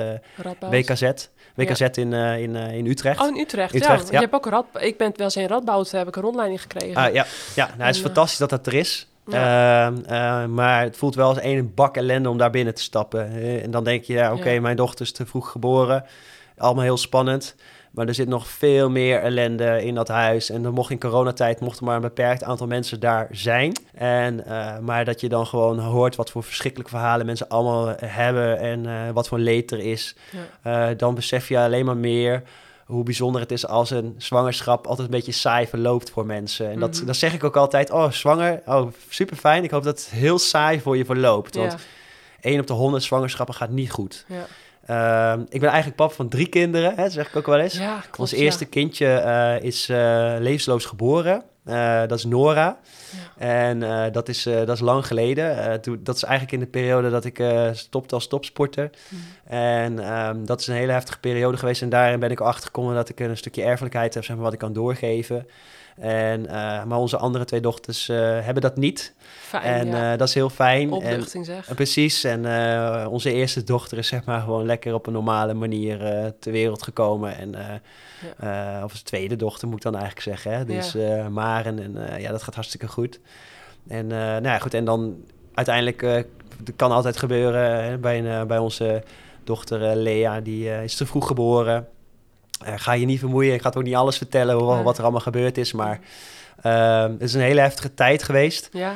WKZ in Utrecht. Oh, in Utrecht. Ja. Je hebt ook ik ben wel eens in Radboud, heb ik een rondleiding gekregen. Het is fantastisch dat dat er is. Ja. Maar het voelt wel als een bak ellende om daar binnen te stappen. En dan denk je, mijn dochter is te vroeg geboren. Allemaal heel spannend. Maar er zit nog veel meer ellende in dat huis. En dan in coronatijd mochten maar een beperkt aantal mensen daar zijn. Maar dat je dan gewoon hoort wat voor verschrikkelijke verhalen mensen allemaal hebben. En wat voor leed er is. Ja. Dan besef je alleen maar meer hoe bijzonder het is als een zwangerschap altijd een beetje saai verloopt voor mensen. En dat zeg ik ook altijd, zwanger, super fijn. Ik hoop dat het heel saai voor je verloopt. Want 1 op de 100 zwangerschappen gaat niet goed. Ja. Ik ben eigenlijk papa van 3 kinderen, dat zeg ik ook wel eens. Ja, klopt, ons eerste kindje is levensloos geboren. Dat is Nora. Ja. En dat is lang geleden. Dat is eigenlijk in de periode dat ik stopte als topsporter. En dat is een hele heftige periode geweest. En daarin ben ik erachter gekomen dat ik een stukje erfelijkheid heb, zeg maar, wat ik kan doorgeven. Maar onze andere 2 dochters hebben dat niet. Fijn, en dat is heel fijn. Opluchting, zeg. Precies. En onze eerste dochter is, zeg maar, gewoon lekker op een normale manier ter wereld gekomen. En of de tweede dochter moet ik dan eigenlijk zeggen. Hè? Dus Maren. En dat gaat hartstikke goed. En goed. En dan uiteindelijk, dat kan altijd gebeuren bij onze dochter Lea. Die is te vroeg geboren. Ga je niet vermoeien. Ik ga ook niet alles vertellen wat er allemaal gebeurd is. Maar het is een hele heftige tijd geweest. Ja.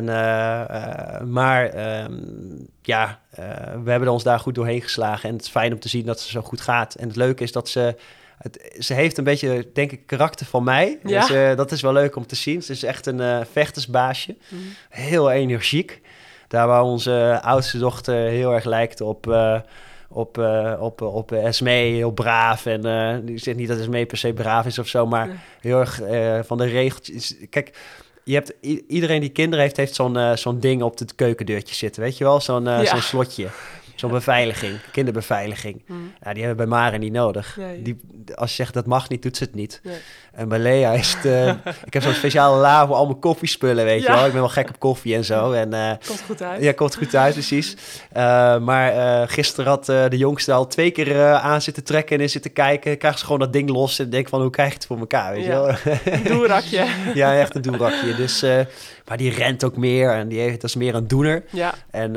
We hebben ons daar goed doorheen geslagen. En het is fijn om te zien dat ze zo goed gaat. En het leuke is dat ze heeft een beetje, denk ik, karakter van mij. Ja. Dus dat is wel leuk om te zien. Ze is echt een vechtersbaasje. Heel energiek. Daar waar onze oudste dochter heel erg lijkt op op Esmee, heel braaf. En ik zeg niet dat Esmee per se braaf is of zo, maar heel erg van de regeltjes. Kijk, je hebt iedereen die kinderen heeft zo'n ding op het keukendeurtje zitten, weet je wel? Zo'n slotje. Zo'n beveiliging, kinderbeveiliging. Ja, die hebben bij Maren niet nodig. Nee. Als je zegt dat mag niet, doet ze het niet. Nee. En bij Lea is het... ik heb zo'n speciale la voor al mijn koffiespullen, weet je wel. Ik ben wel gek op koffie en zo. En, komt goed uit. Ja, komt goed uit, precies. Maar gisteren had de jongste al 2 keer aan zitten trekken en in zitten kijken. Krijgt ze gewoon dat ding los en denk van, hoe krijg je het voor elkaar, weet je wel? Een doerakje. Ja, echt een doerakje. Dus... maar die rent ook meer en dat is meer een doener. Ja.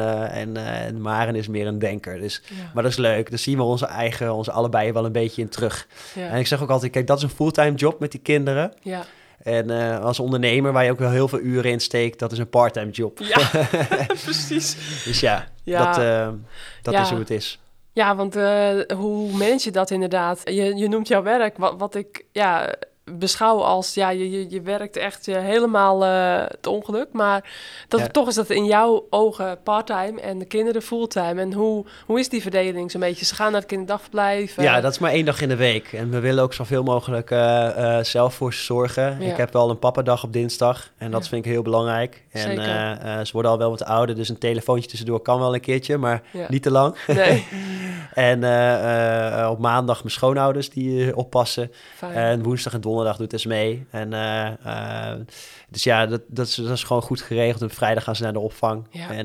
En Maren is meer een denker. Dus, maar dat is leuk. Daar zien we onze allebei wel een beetje in terug. Ja. En ik zeg ook altijd, kijk, dat is een fulltime job met die kinderen. Ja. En als ondernemer, waar je ook wel heel veel uren in steekt, dat is een parttime job. Ja, precies. Dus dat is hoe het is. Ja, want hoe manage je dat inderdaad? Je noemt jouw werk, wat ik... beschouw als, je werkt echt helemaal het ongeluk. Maar toch is dat in jouw ogen part-time en de kinderen fulltime. En hoe is die verdeling zo'n beetje? Ze gaan naar het kinderdagverblijf. Ja, dat is maar 1 dag in de week. En we willen ook zoveel mogelijk zelf voor ze zorgen. Ja. Ik heb wel een papadag op dinsdag. En dat vind ik heel belangrijk. En ze worden al wel wat ouder, dus een telefoontje tussendoor kan wel een keertje, maar niet te lang. Nee. En op maandag mijn schoonouders die oppassen. Fijn. En woensdag en donderdag doet het mee. En dus ja, dat is gewoon goed geregeld. En vrijdag gaan ze naar de opvang.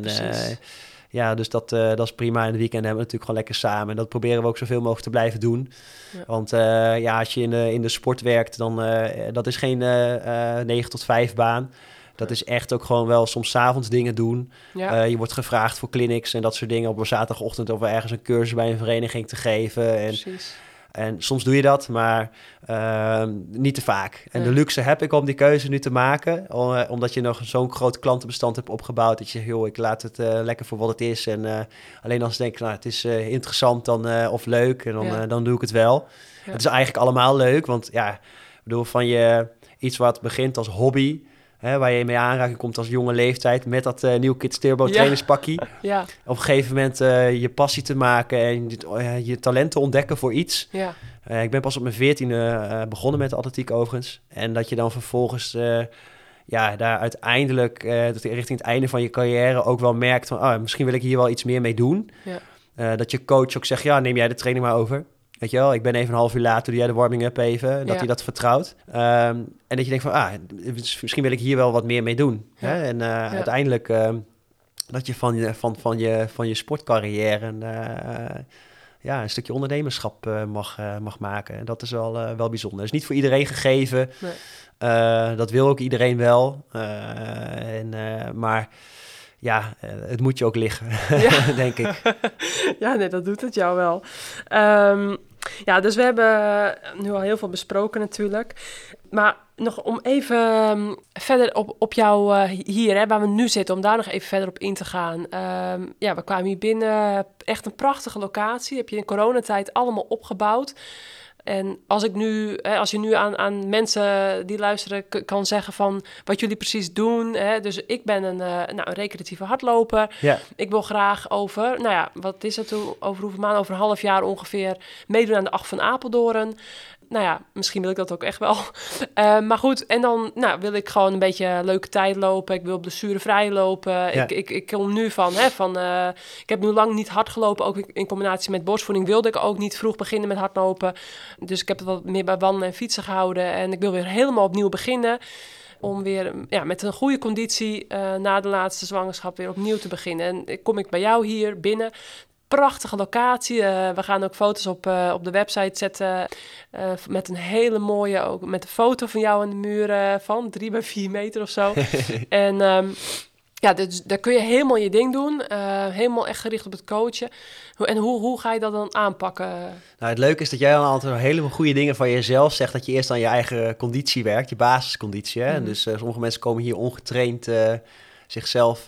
Ja, dus dat is prima. En de weekend hebben we natuurlijk gewoon lekker samen. En dat proberen we ook zoveel mogelijk te blijven doen. Ja. Want als je in de sport werkt, dan dat is geen 9 tot 5 baan. Dat is echt ook gewoon wel soms 's avonds dingen doen. Ja. Je wordt gevraagd voor clinics en dat soort dingen op een zaterdagochtend of ergens een cursus bij een vereniging te geven. En soms doe je dat, maar niet te vaak. En de luxe heb ik om die keuze nu te maken. Omdat je nog zo'n groot klantenbestand hebt opgebouwd. Dat je zegt, joh, ik laat het lekker voor wat het is. En alleen als ik denk, nou, het is interessant of leuk. En dan doe ik het wel. Ja. Het is eigenlijk allemaal leuk. Want ik bedoel, van je iets wat begint als hobby... waar je mee aanraking komt als jonge leeftijd... met dat New Kids Turbo trainingspakkie. Ja. Op een gegeven moment je passie te maken... en je talenten ontdekken voor iets. Ja. Ik ben pas op mijn 14e begonnen met de atletiek overigens. En dat je dan vervolgens... daar uiteindelijk richting het einde van je carrière... ook wel merkt van... misschien wil ik hier wel iets meer mee doen. Ja. Dat je coach ook zegt... neem jij de training maar over... Weet je wel, ik ben even een half uur later, doe jij de warming-up even, dat hij dat vertrouwt. En dat je denkt van, misschien wil ik hier wel wat meer mee doen. Ja. Hè? En uiteindelijk dat je van je sportcarrière een stukje ondernemerschap mag maken. En dat is wel bijzonder. Dat is niet voor iedereen gegeven. Nee. Dat wil ook iedereen wel. Maar... het moet je ook liggen, denk ik. Ja, nee, dat doet het jou wel. Dus we hebben nu al heel veel besproken natuurlijk. Maar nog om even verder op jou hier, waar we nu zitten, om daar nog even verder op in te gaan. We kwamen hier binnen, echt een prachtige locatie. Heb je in coronatijd allemaal opgebouwd. En als je nu aan mensen die luisteren kan zeggen van wat jullie precies doen. Hè? Dus ik ben een recreatieve hardloper. Yeah. Ik wil graag over hoeveel maanden, over een half jaar ongeveer meedoen aan de 8 van Apeldoorn. Misschien wil ik dat ook echt wel. Maar goed, en dan wil ik gewoon een beetje leuke tijd lopen. Ik wil blessurevrij lopen. Ja. Ik kom nu ik heb nu lang niet hard gelopen. Ook in combinatie met borstvoeding wilde ik ook niet vroeg beginnen met hardlopen. Dus ik heb het wat meer bij wandelen en fietsen gehouden. En ik wil weer helemaal opnieuw beginnen. Om weer met een goede conditie na de laatste zwangerschap weer opnieuw te beginnen. En kom ik bij jou hier binnen... Prachtige locatie. We gaan ook foto's op de website zetten. Met een hele mooie, ook met een foto van jou aan de muur van 3 bij 4 meter of zo. En dus daar kun je helemaal je ding doen. Helemaal echt gericht op het coachen. En hoe ga je dat dan aanpakken? Nou, het leuke is dat jij al een aantal hele goede dingen van jezelf zegt. Dat je eerst aan je eigen conditie werkt, je basisconditie. Hè? Mm-hmm. En dus sommige mensen komen hier ongetraind zichzelf...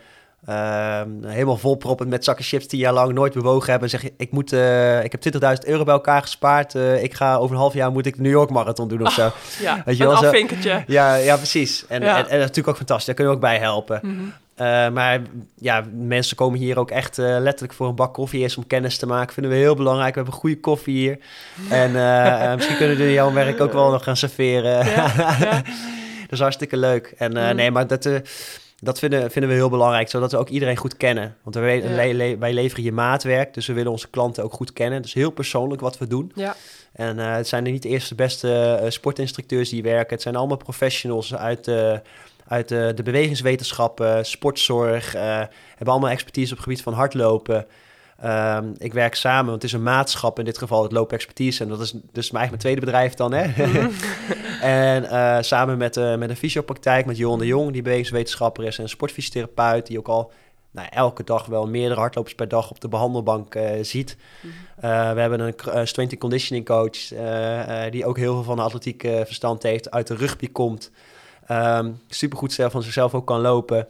helemaal volproppen met zakken chips 10 jaar lang nooit bewogen hebben en zeg ik heb €20.000 bij elkaar gespaard. Ik ga over een half jaar moet ik de New York Marathon doen of zo. Weet je wel, een afvinkertje. Ja, precies. En natuurlijk ook fantastisch. Daar kunnen we ook bij helpen. Mm-hmm. Maar ja, mensen komen hier ook echt letterlijk voor een bak koffie eerst om kennis te maken. Vinden we heel belangrijk. We hebben goede koffie hier. En misschien kunnen jullie jouw werk ook wel nog gaan serveren. Ja. Dat is hartstikke leuk. En nee, maar dat vinden we heel belangrijk, zodat we ook iedereen goed kennen. Want wij leveren hier maatwerk, dus we willen onze klanten ook goed kennen. Dus heel persoonlijk wat we doen. Ja. En het zijn er niet eerst de beste sportinstructeurs die werken. Het zijn allemaal professionals uit de bewegingswetenschappen, sportzorg. Hebben allemaal expertise op het gebied van hardlopen. Ik werk samen, want het is een maatschap, in dit geval het loopexpertise. En dat is dus eigenlijk mijn tweede bedrijf dan, hè? En samen met een fysiopraktijk, met Johan de Jong, die bewegingswetenschapper is, en een sportfysiotherapeut, die ook al elke dag wel meerdere hardlopers per dag op de behandelbank ziet. We hebben een strength and conditioning coach, die ook heel veel van de atletiek verstand heeft, uit de rugby komt. Supergoed van zichzelf ook kan lopen.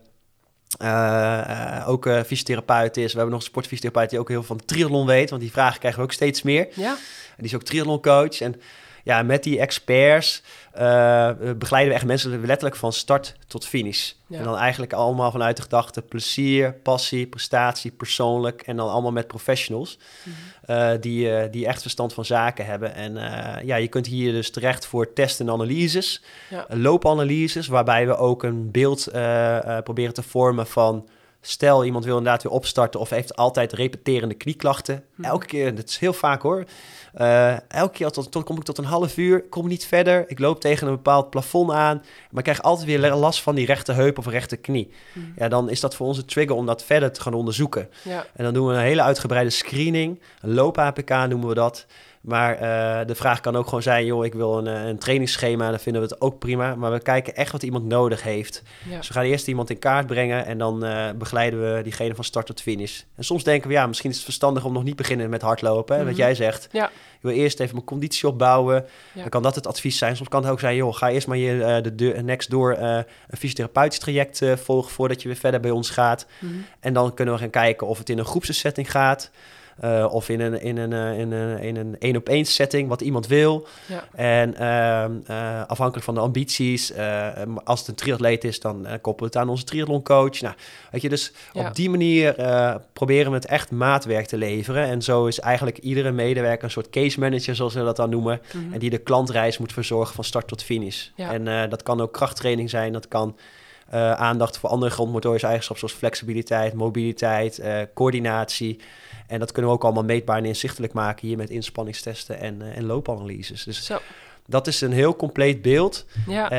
Ook fysiotherapeut is. We hebben nog een sportfysiotherapeut die ook heel veel van de triathlon weet, want die vragen krijgen we ook steeds meer. Ja. En die is ook triathloncoach. En ja, met die experts begeleiden we echt mensen letterlijk van start tot finish. Ja. En dan eigenlijk allemaal vanuit de gedachte plezier, passie, prestatie, persoonlijk. En dan allemaal met professionals die echt verstand van zaken hebben. En je kunt hier dus terecht voor testen en analyses. Ja. Loopanalyses, waarbij we ook een beeld proberen te vormen van... Stel, iemand wil inderdaad weer opstarten of heeft altijd repeterende knieklachten. Elke keer, dat is heel vaak hoor. Elke keer kom ik tot een half uur, kom niet verder. Ik loop tegen een bepaald plafond aan. Maar ik krijg altijd weer last van die rechterheup of rechterknie. Ja, dan is dat voor ons een trigger om dat verder te gaan onderzoeken. Ja. En dan doen we een hele uitgebreide screening. Een loop-APK noemen we dat. Maar de vraag kan ook gewoon zijn, joh, ik wil een trainingsschema. Dan vinden we het ook prima. Maar we kijken echt wat iemand nodig heeft. Ja. Dus we gaan eerst iemand in kaart brengen en dan begeleiden we diegene van start tot finish. En soms denken we, ja, misschien is het verstandig om nog niet beginnen met hardlopen. Hè, wat jij zegt. Ja. Ik wil eerst even mijn conditie opbouwen. Ja. Dan kan dat het advies zijn. Soms kan het ook zijn, joh, ga eerst maar hier next door een fysiotherapeutisch traject volgen voordat je weer verder bij ons gaat. En dan kunnen we gaan kijken of het in een groepssetting gaat. Of in een 1-op-1 setting, wat iemand wil. Ja. En afhankelijk van de ambities, als het een triatleet is, dan koppelen we het aan onze triathloncoach. Nou, weet je, dus op die manier proberen we het echt maatwerk te leveren. En zo is eigenlijk iedere medewerker een soort case manager, zoals we dat dan noemen. En die de klantreis moet verzorgen van start tot finish. Ja. En dat kan ook krachttraining zijn, dat kan... aandacht voor andere grondmotorische eigenschappen zoals flexibiliteit, mobiliteit, coördinatie. En dat kunnen we ook allemaal meetbaar en inzichtelijk maken hier met inspanningstesten en loopanalyses. Dus dat is een heel compleet beeld. Ja.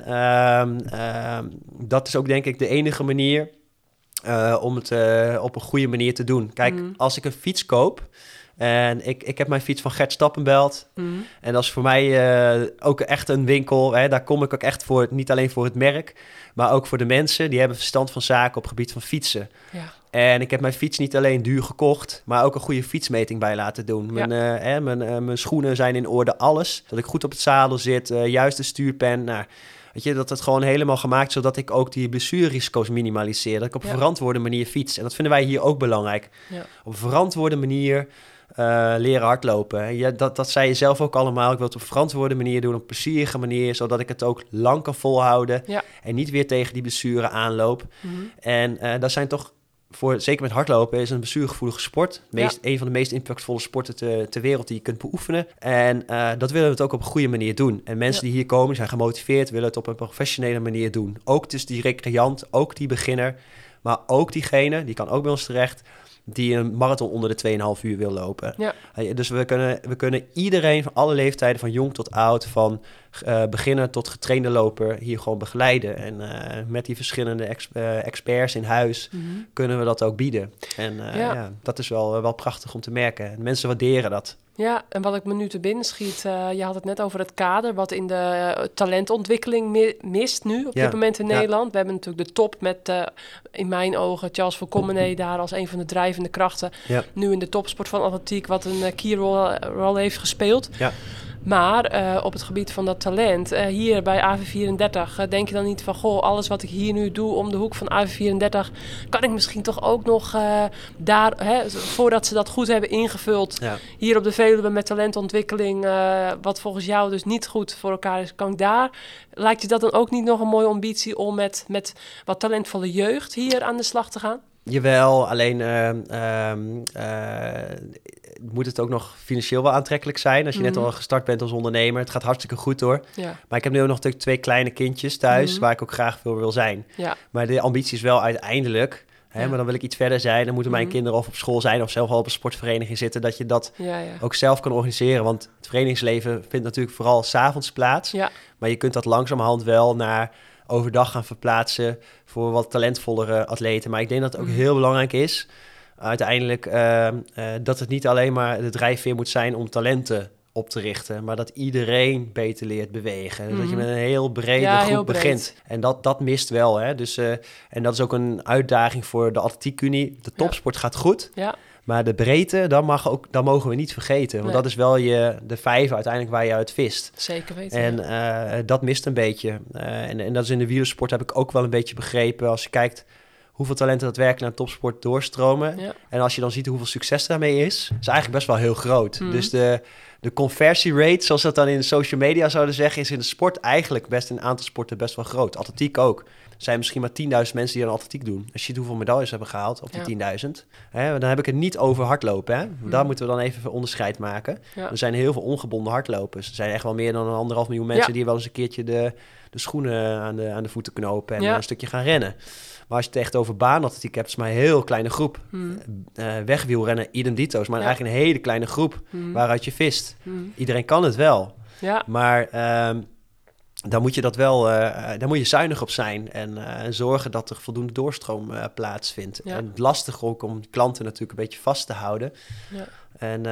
En dat is ook denk ik de enige manier om het op een goede manier te doen. Kijk, als ik een fiets koop... En ik heb mijn fiets van Gert Stappenbelt. En dat is voor mij ook echt een winkel. Hè, daar kom ik ook echt voor, niet alleen voor het merk... maar ook voor de mensen die hebben verstand van zaken op het gebied van fietsen. Ja. En ik heb mijn fiets niet alleen duur gekocht... maar ook een goede fietsmeting bij laten doen. Ja. Mijn schoenen zijn in orde, alles. Dat ik goed op het zadel zit, juist de stuurpen... Nou, weet je, dat het gewoon helemaal gemaakt... zodat ik ook die blessurerisico's minimaliseer. Dat ik op een verantwoorde manier fiets. En dat vinden wij hier ook belangrijk. Ja. Op een verantwoorde manier... leren hardlopen. Ja, dat zei je zelf ook allemaal. Ik wil het op een verantwoorde manier doen, op een plezierige manier, zodat ik het ook lang kan volhouden en niet weer tegen die blessure aanloop. En dat zijn toch, zeker met hardlopen, is een blessuregevoelige sport. Een van de meest impactvolle sporten ter wereld die je kunt beoefenen. En dat willen we het ook op een goede manier doen. En mensen die hier komen, zijn gemotiveerd, willen het op een professionele manier doen. Ook dus die recreant, ook die beginner, maar ook diegene, die kan ook bij ons terecht, die een marathon onder de 2,5 uur wil lopen. Ja. Dus we kunnen iedereen van alle leeftijden, van jong tot oud, van beginner tot getrainde loper, hier gewoon begeleiden. En met die verschillende experts in huis kunnen we dat ook bieden. En dat is wel prachtig om te merken. En mensen waarderen dat. Ja, en wat ik me nu te binnen schiet, je had het net over het kader wat in de talentontwikkeling mist nu op dit moment in Nederland. We hebben natuurlijk de top met, in mijn ogen, Charles van Commenee daar als een van de drijvende krachten. Ja. Nu in de topsport van atletiek, wat een key rol heeft gespeeld. Ja. Maar op het gebied van dat talent, hier bij AV34, denk je dan niet van... goh, alles wat ik hier nu doe om de hoek van AV34... kan ik misschien toch ook nog daar, voordat ze dat goed hebben ingevuld... hier op de Veluwe met talentontwikkeling... wat volgens jou dus niet goed voor elkaar is, kan ik daar... Lijkt je dat dan ook niet nog een mooie ambitie om met wat talentvolle jeugd hier aan de slag te gaan? Jawel, alleen moet het ook nog financieel wel aantrekkelijk zijn. Als je net al gestart bent als ondernemer. Het gaat hartstikke goed hoor. Ja. Maar ik heb nu ook nog natuurlijk 2 kleine kindjes thuis... waar ik ook graag veel wil zijn. Ja. Maar de ambitie is wel uiteindelijk... maar dan wil ik iets verder zijn. Dan moeten mijn kinderen of op school zijn... of zelf al op een sportvereniging zitten... dat je dat ook zelf kan organiseren. Want het verenigingsleven vindt natuurlijk vooral 's avonds plaats. Ja. Maar je kunt dat langzamerhand wel naar... overdag gaan verplaatsen voor wat talentvollere atleten. Maar ik denk dat het ook heel belangrijk is... uiteindelijk dat het niet alleen maar de drijfveer moet zijn... om talenten op te richten... maar dat iedereen beter leert bewegen. Dus dat je met een heel brede groep begint. En dat mist wel. Hè? Dus, en dat is ook een uitdaging voor de Atletiekunie. De topsport gaat goed... Ja. Maar de breedte, dat mogen we niet vergeten. Want dat is wel de vijver uiteindelijk waar je uit vist. Zeker weten. En dat mist een beetje. En dat is in de wielersport heb ik ook wel een beetje begrepen. Als je kijkt hoeveel talenten daadwerkelijk naar topsport doorstromen. Ja. En als je dan ziet hoeveel succes daarmee is eigenlijk best wel heel groot. Dus de conversierate, zoals dat dan in de social media zouden zeggen... is in de sport eigenlijk best in een aantal sporten best wel groot. Atletiek ook. Er zijn misschien maar 10.000 mensen die aan atletiek doen. Als je ziet hoeveel medailles hebben gehaald op die 10.000... dan heb ik het niet over hardlopen. Hè? Daar moeten we dan even onderscheid maken. Ja. Er zijn heel veel ongebonden hardlopers. Er zijn echt wel meer dan 1,5 miljoen mensen... die wel eens een keertje de schoenen aan de voeten knopen... en een stukje gaan rennen. Maar als je het echt over baanatletiek hebt... is maar een heel kleine groep. Wegwielrennen, idem dito. Is maar eigenlijk een hele kleine groep waaruit je vist. Iedereen kan het wel. Ja. Maar... dan moet je dat wel, daar moet je zuinig op zijn en zorgen dat er voldoende doorstroom plaatsvindt. Ja. En lastig ook om klanten natuurlijk een beetje vast te houden. Ja. En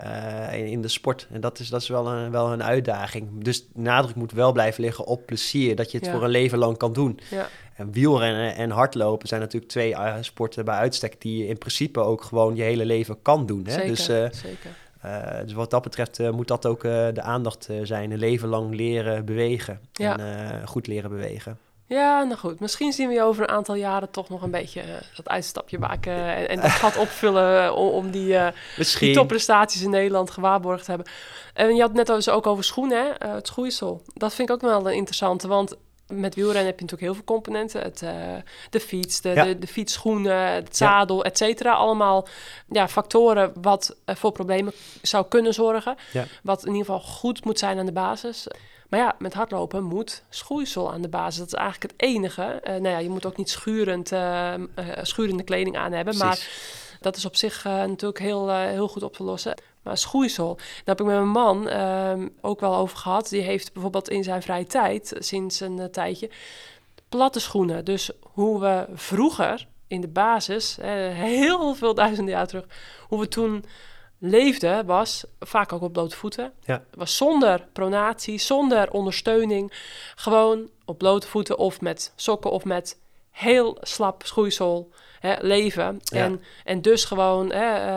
in de sport. En dat is wel een uitdaging. Dus de nadruk moet wel blijven liggen op plezier, dat je het voor een leven lang kan doen. Ja. En wielrennen en hardlopen zijn natuurlijk 2 sporten bij uitstek die je in principe ook gewoon je hele leven kan doen. Hè? Zeker, dus, zeker. Dus wat dat betreft moet dat ook de aandacht zijn. Een leven lang leren bewegen. Ja. En goed leren bewegen. Ja, nou goed. Misschien zien we je over een aantal jaren toch nog een beetje dat uitstapje maken. En dat gat opvullen om die topprestaties in Nederland gewaarborgd te hebben. En je had het net ook over schoenen, hè? Het schoeisel. Dat vind ik ook wel een interessante, want... Met wielrennen heb je natuurlijk heel veel componenten. De fiets, de fietsschoenen, het zadel, et cetera. Allemaal factoren wat voor problemen zou kunnen zorgen. Ja. Wat in ieder geval goed moet zijn aan de basis. Maar ja, met hardlopen moet schoeisel aan de basis. Dat is eigenlijk het enige. Je moet ook niet schurende kleding aan hebben. Precies. Maar dat is op zich natuurlijk heel goed op te lossen. Maar schoeisel, daar heb ik met mijn man ook wel over gehad. Die heeft bijvoorbeeld in zijn vrije tijd, sinds een tijdje, platte schoenen. Dus hoe we vroeger in de basis, heel veel duizenden jaar terug, hoe we toen leefden, was vaak ook op blote voeten. Ja. Was zonder pronatie, zonder ondersteuning. Gewoon op blote voeten of met sokken of met heel slap schoeisel leven. Ja. En dus gewoon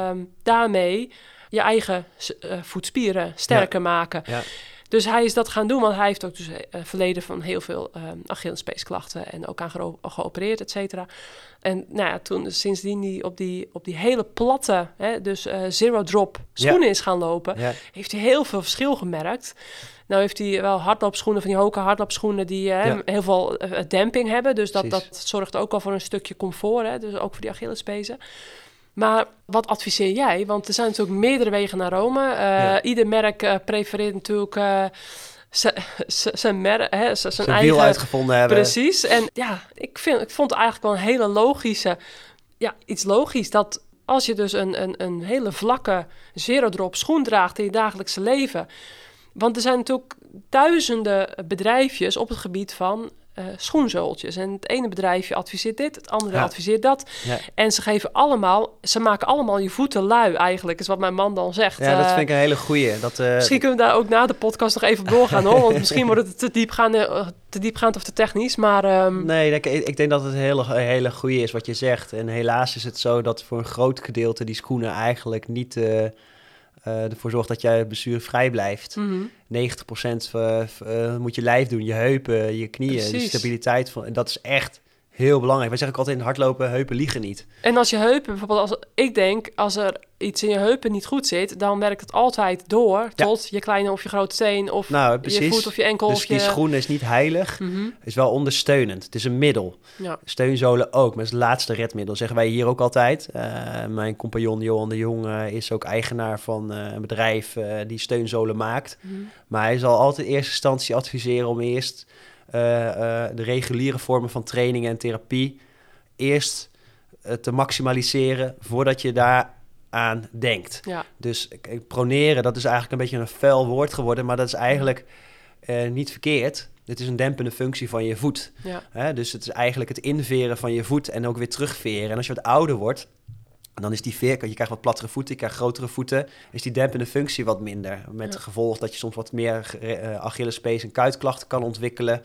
daarmee je eigen voetspieren sterker maken. Ja. Dus hij is dat gaan doen, want hij heeft ook dus verleden van heel veel Achillespeesklachten en ook aan geopereerd, et cetera. En toen sindsdien die op die hele platte, zero drop schoenen is gaan lopen, heeft hij heel veel verschil gemerkt. Nou heeft hij wel hardloopschoenen, van die hoge hardloopschoenen die heel veel demping hebben. Dus dat zorgt ook al voor een stukje comfort, hè? Dus ook voor die Achillespezen. Maar wat adviseer jij? Want er zijn natuurlijk meerdere wegen naar Rome. Ieder merk prefereert natuurlijk zijn eigen wiel uitgevonden hebben. Precies. En ik vond het eigenlijk wel een hele logische... Ja, iets logisch dat als je dus een hele vlakke zero-drop schoen draagt in je dagelijkse leven... Want er zijn natuurlijk duizenden bedrijfjes op het gebied van schoenzooltjes. En het ene bedrijfje adviseert dit, het andere adviseert dat. Ja. En ze maken allemaal je voeten lui eigenlijk, is wat mijn man dan zegt. Ja, dat vind ik een hele goeie. Misschien kunnen we daar ook na de podcast nog even doorgaan, hoor. Want misschien wordt het te diepgaand of te technisch, maar... Nee, ik denk dat het een hele goeie is wat je zegt. En helaas is het zo dat voor een groot gedeelte die schoenen eigenlijk niet... ervoor zorgt dat jij blessurevrij blijft. 90% moet je lijf doen, je heupen, je knieën, Precies. de stabiliteit. En dat is echt heel belangrijk. Wij zeggen ook altijd in hardlopen, heupen liegen niet. En als je heupen, bijvoorbeeld als er iets in je heupen niet goed zit, dan werkt het altijd door tot je kleine of je grote teen of je voet of je enkel. Dus of die schoen is niet heilig, is wel ondersteunend. Het is een middel. Ja. Steunzolen ook, maar het laatste redmiddel, zeggen wij hier ook altijd. Mijn compagnon Johan de Jong is ook eigenaar van een bedrijf die steunzolen maakt. Maar hij zal altijd in eerste instantie adviseren om eerst de reguliere vormen van training en therapie eerst te maximaliseren voordat je daar aan denkt. Ja. Dus proneren, dat is eigenlijk een beetje een vuil woord geworden, maar dat is eigenlijk niet verkeerd. Het is een dempende functie van je voet. Ja. Dus het is eigenlijk het inveren van je voet en ook weer terugveren. En als je wat ouder wordt, dan is die veer, je krijgt wat plattere voeten, je krijgt grotere voeten, is die dempende functie wat minder. Met het gevolg dat je soms wat meer Achillespees en kuitklachten kan ontwikkelen.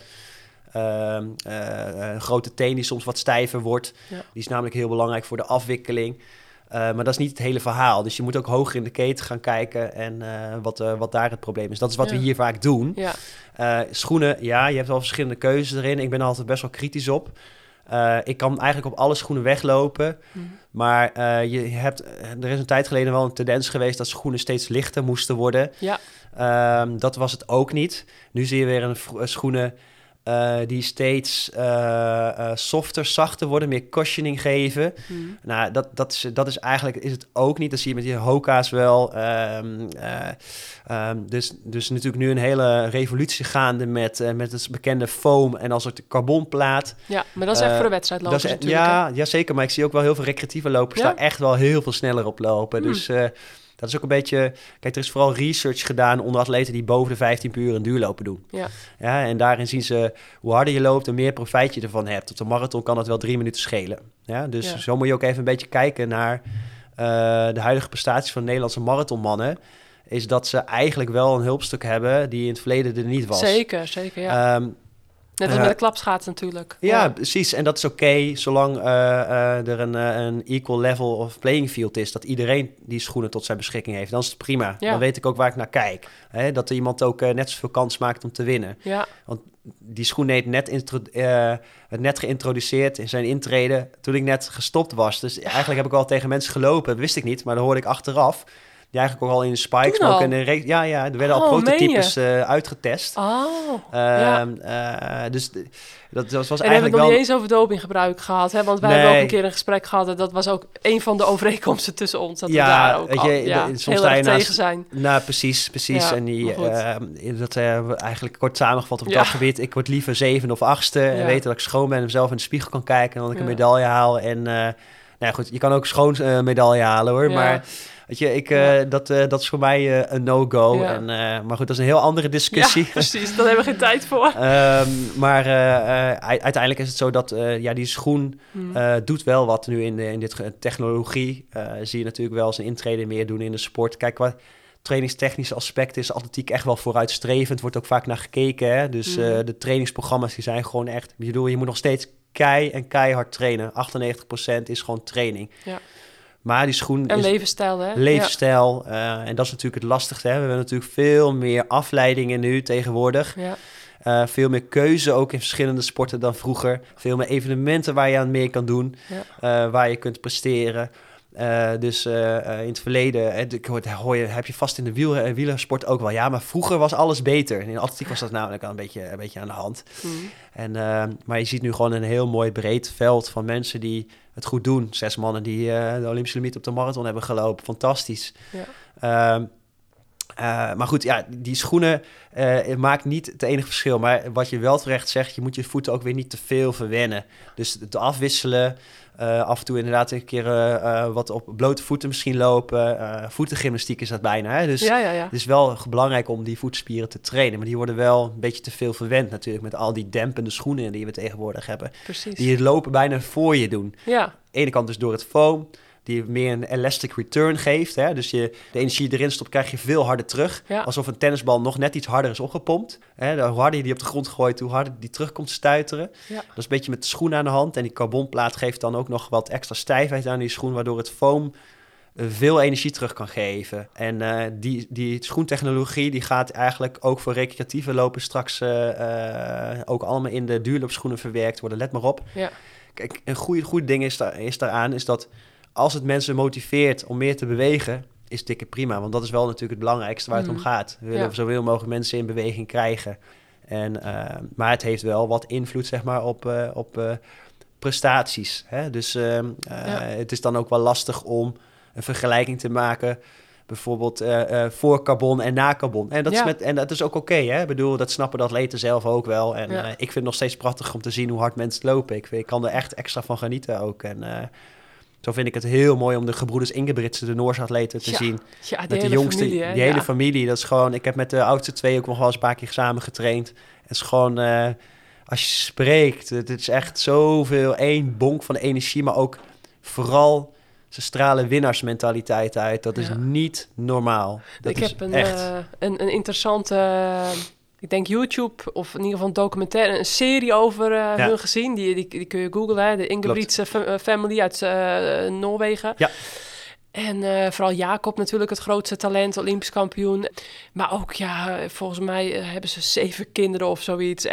Een grote teen die soms wat stijver wordt. Ja. Die is namelijk heel belangrijk voor de afwikkeling. Maar dat is niet het hele verhaal. Dus je moet ook hoger in de keten gaan kijken en wat daar het probleem is. Dat is wat we hier vaak doen. Ja. Schoenen, je hebt wel verschillende keuzes erin. Ik ben er altijd best wel kritisch op. Ik kan eigenlijk op alle schoenen weglopen. Maar er is een tijd geleden wel een tendens geweest dat schoenen steeds lichter moesten worden. Ja. Dat was het ook niet. Nu zie je weer een schoenen die steeds softer, zachter worden, meer cushioning geven. Nou, dat is eigenlijk is het ook niet. Dat zie je met die Hoka's wel. Dus natuurlijk nu een hele revolutie gaande met het bekende foam en als het carbonplaat. Ja, maar dat is echt voor de wedstrijdlopers natuurlijk. Ja, zeker. Maar ik zie ook wel heel veel recreatieve lopers daar echt wel heel veel sneller op lopen. Dus dat is ook een beetje... Kijk, er is vooral research gedaan onder atleten die boven de 15 per uur een duurlopen doen. Ja, en daarin zien ze hoe harder je loopt, hoe meer profijt je ervan hebt. Op de marathon kan dat wel 3 minuten schelen. Ja, dus zo moet je ook even een beetje kijken naar de huidige prestaties van de Nederlandse marathonmannen. Is dat ze eigenlijk wel een hulpstuk hebben die in het verleden er niet was. Zeker, ja. Net als met de klapschaats natuurlijk. Ja, precies. En dat is oké, zolang er een equal level of playing field is. Dat iedereen die schoenen tot zijn beschikking heeft. Dan is het prima. Ja. Dan weet ik ook waar ik naar kijk. Dat er iemand ook net zoveel kans maakt om te winnen. Ja. Want die schoen heeft net geïntroduceerd in zijn intrede toen ik net gestopt was. Dus eigenlijk heb ik al tegen mensen gelopen. Dat wist ik niet, maar dat hoorde ik achteraf. Die eigenlijk ook al in de spikes, maar ook in de er werden al prototypes uitgetest. Dus dat was en eigenlijk wel... En we hebben het nog niet eens over dopinggebruik gehad, hè? Want wij hebben ook een keer een gesprek gehad en dat was ook een van de overeenkomsten tussen ons. Dat we daar ook soms heel erg tegen zijn. Nou, precies. Ja, en dat eigenlijk kort samengevat op dat gebied. Ik word liever 7e of 8e en weten dat ik schoon ben en mezelf in de spiegel kan kijken en dat ik een medaille haal. En goed, je kan ook schoon medaille halen hoor, maar... Weet je, dat is voor mij een no-go. Ja. Maar goed, dat is een heel andere discussie. Ja, precies. Daar hebben we geen tijd voor. Maar uiteindelijk is het zo dat die schoen doet wel wat nu in dit technologie. Zie je natuurlijk wel zijn intrede meer doen in de sport. Kijk, qua trainingstechnische aspect is atletiek echt wel vooruitstrevend. Wordt ook vaak naar gekeken. Hè? Dus de trainingsprogramma's die zijn gewoon echt... Je moet nog steeds keihard trainen. 98% is gewoon training. Ja. Maar die schoen is... levensstijl, hè? Levensstijl. En dat is natuurlijk het lastigste. Hè? We hebben natuurlijk veel meer afleidingen nu tegenwoordig. Ja. Veel meer keuze ook in verschillende sporten dan vroeger. Veel meer evenementen waar je aan meer kan doen. Ja. Waar je kunt presteren. Dus in het verleden, heb je vast in de wielersport ook wel. Ja, maar vroeger was alles beter. In de atletiek was dat namelijk al een beetje aan de hand. Maar je ziet nu gewoon een heel mooi breed veld van mensen die het goed doen. 6 mannen die de Olympische limiet op de marathon hebben gelopen. Fantastisch. Ja. Maar goed, die schoenen maakt niet het enige verschil. Maar wat je wel terecht zegt, je moet je voeten ook weer niet te veel verwennen. Dus te afwisselen, af en toe inderdaad een keer wat op blote voeten misschien lopen. Voetengymnastiek is dat bijna. Hè? Dus het is wel belangrijk om die voetspieren te trainen. Maar die worden wel een beetje te veel verwend natuurlijk met al die dempende schoenen die we tegenwoordig hebben. Precies. Die het lopen bijna voor je doen. Ja. Aan de ene kant dus door het foam, die meer een elastic return geeft. Hè? Dus de energie erin stopt, krijg je veel harder terug. Ja. Alsof een tennisbal nog net iets harder is opgepompt. Hè? Hoe harder je die op de grond gooit, hoe harder die terug komt stuiteren. Ja. Dat is een beetje met de schoen aan de hand. En die carbonplaat geeft dan ook nog wat extra stijfheid aan die schoen, waardoor het foam veel energie terug kan geven. En die schoentechnologie die gaat eigenlijk ook voor recreatieve lopen straks ook allemaal in de duurloopschoenen verwerkt worden. Let maar op. Ja. Kijk, een goed ding is daaraan is dat als het mensen motiveert om meer te bewegen, is dikke prima. Want dat is wel natuurlijk het belangrijkste waar het om gaat. We willen zoveel mogelijk mensen in beweging krijgen. Maar het heeft wel wat invloed, zeg maar, op prestaties. Hè? Dus het is dan ook wel lastig om een vergelijking te maken, bijvoorbeeld voor carbon en na carbon. En dat is ook oké, hè? Ik bedoel, dat snappen de atleten zelf ook wel. En ik vind het nog steeds prachtig om te zien hoe hard mensen lopen. Ik kan er echt extra van genieten ook. En zo vind ik het heel mooi om de gebroeders Ingebrigtsen, de Noorse atleten, te zien. Ja, met de jongste, familie, die hele familie. Dat is gewoon. Ik heb met de oudste 2 ook nog wel eens een paar keer samen getraind. Het is gewoon, als je spreekt, het is echt zoveel, één bonk van energie, maar ook vooral, ze stralen winnaarsmentaliteit uit. Dat is niet normaal. Ik heb een interessante, ik denk YouTube, of in ieder geval een documentaire, een serie over hun gezien. Die kun je googlen, hè? De Ingebrigtsen family uit Noorwegen. Ja. En vooral Jacob natuurlijk, het grootste talent, Olympisch kampioen. Maar ook, volgens mij hebben ze 7 kinderen of zoiets.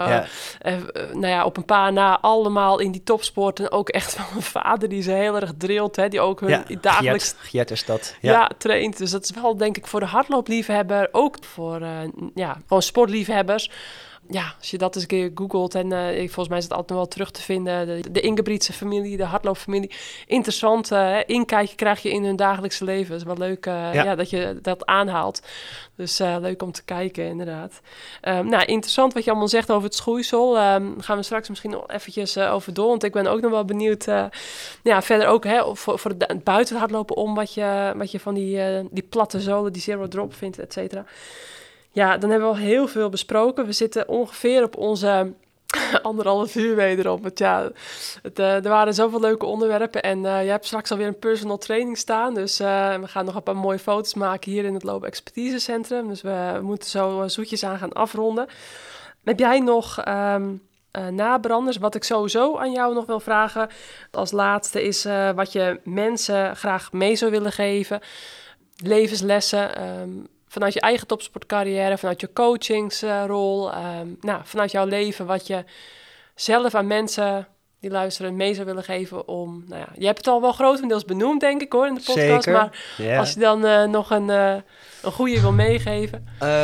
Op een paar na allemaal in die topsport. En ook echt wel een vader die ze heel erg drilt. Hè, die ook hun dagelijks... Geert is dat. Ja, traint. Dus dat is wel, denk ik, voor de hardloopliefhebber. Ook voor gewoon sportliefhebbers. Ja, als je dat eens een keer googelt en volgens mij is het altijd nog wel terug te vinden. De Ingebrigtse familie, de hardloopfamilie. Interessant inkijkje krijg je in hun dagelijkse leven. Het is wel leuk dat je dat aanhaalt. Dus leuk om te kijken, inderdaad. Interessant wat je allemaal zegt over het schoeisel. Gaan we straks misschien nog eventjes over door. Want ik ben ook nog wel benieuwd. Verder ook voor het buiten hardlopen om wat je van die platte zolen, die zero drop vindt, et cetera. Ja, dan hebben we al heel veel besproken. We zitten ongeveer op onze 1,5 uur wederom. Want er waren zoveel leuke onderwerpen. En je hebt straks alweer een personal training staan. Dus we gaan nog een paar mooie foto's maken hier in het Loop Expertise Centrum. Dus we moeten zo zoetjes aan gaan afronden. Heb jij nog nabranders? Wat ik sowieso aan jou nog wil vragen als laatste is wat je mensen graag mee zou willen geven. Levenslessen, vanuit je eigen topsportcarrière, vanuit je coachingsrol, vanuit jouw leven, wat je zelf aan mensen die luisteren mee zou willen geven om, je hebt het al wel grotendeels benoemd, denk ik hoor, in de podcast. Zeker, maar als je dan nog een goede wil meegeven.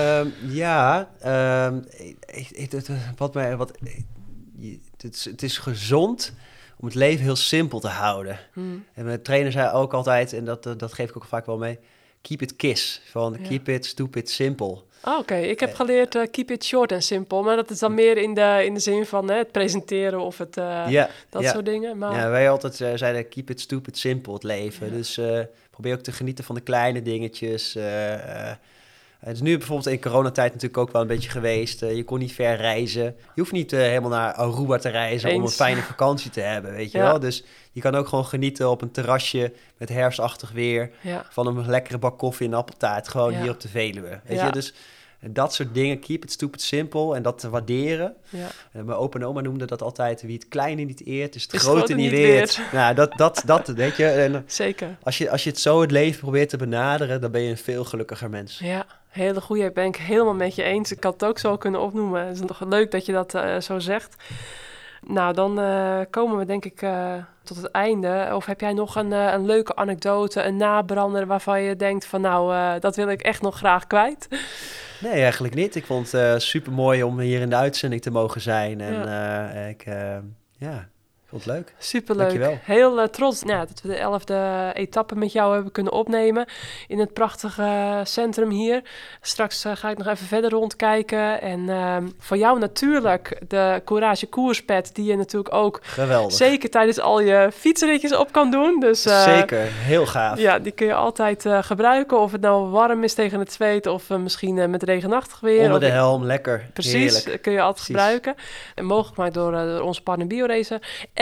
Het is gezond om het leven heel simpel te houden. En mijn trainer zei ook altijd, en dat geef ik ook vaak wel mee, keep it KISS, van keep it stupid simple. Oké. Ik heb geleerd keep it short en simple, maar dat is dan meer in de zin van het presenteren of het soort dingen. Maar... Ja, wij altijd zeiden keep it stupid simple, het leven. Ja. Dus probeer ook te genieten van de kleine dingetjes. Het is nu bijvoorbeeld in coronatijd natuurlijk ook wel een beetje geweest. Je kon niet ver reizen. Je hoeft niet helemaal naar Aruba te reizen om een fijne vakantie te hebben, weet je wel. Dus je kan ook gewoon genieten op een terrasje met herfstachtig weer. Ja. Van een lekkere bak koffie en appeltaart. Gewoon hier op de Veluwe. Weet je? Dus dat soort dingen, keep it stupid simple. En dat te waarderen. Ja. Mijn opa en oma noemden dat altijd. Wie het kleine niet eert, is het grote niet weert. Nou, dat weet je. En zeker. Als je het zo het leven probeert te benaderen, dan ben je een veel gelukkiger mens. Ja. Hele goeie, ben ik helemaal met je eens. Ik had het ook zo kunnen opnoemen. Het is nog leuk dat je dat zo zegt. Nou, dan komen we denk ik tot het einde. Of heb jij nog een leuke anekdote, een nabrander waarvan je denkt van dat wil ik echt nog graag kwijt? Nee, eigenlijk niet. Ik vond het super mooi om hier in de uitzending te mogen zijn. En ik vond het leuk. Superleuk. Dankjewel. Heel trots dat we de 11e etappe met jou hebben kunnen opnemen in het prachtige centrum hier. Straks ga ik nog even verder rondkijken. En voor jou natuurlijk de Courage koerspet die je natuurlijk ook zeker tijdens al je fietsritjes op kan doen. Dus, zeker, heel gaaf. Ja, die kun je altijd gebruiken. Of het nou warm is tegen het zweet of misschien met regenachtig weer. Onder de helm, lekker. Precies, heerlijk. Kun je altijd gebruiken. En mogelijk gemaakt door onze partner BioRacer.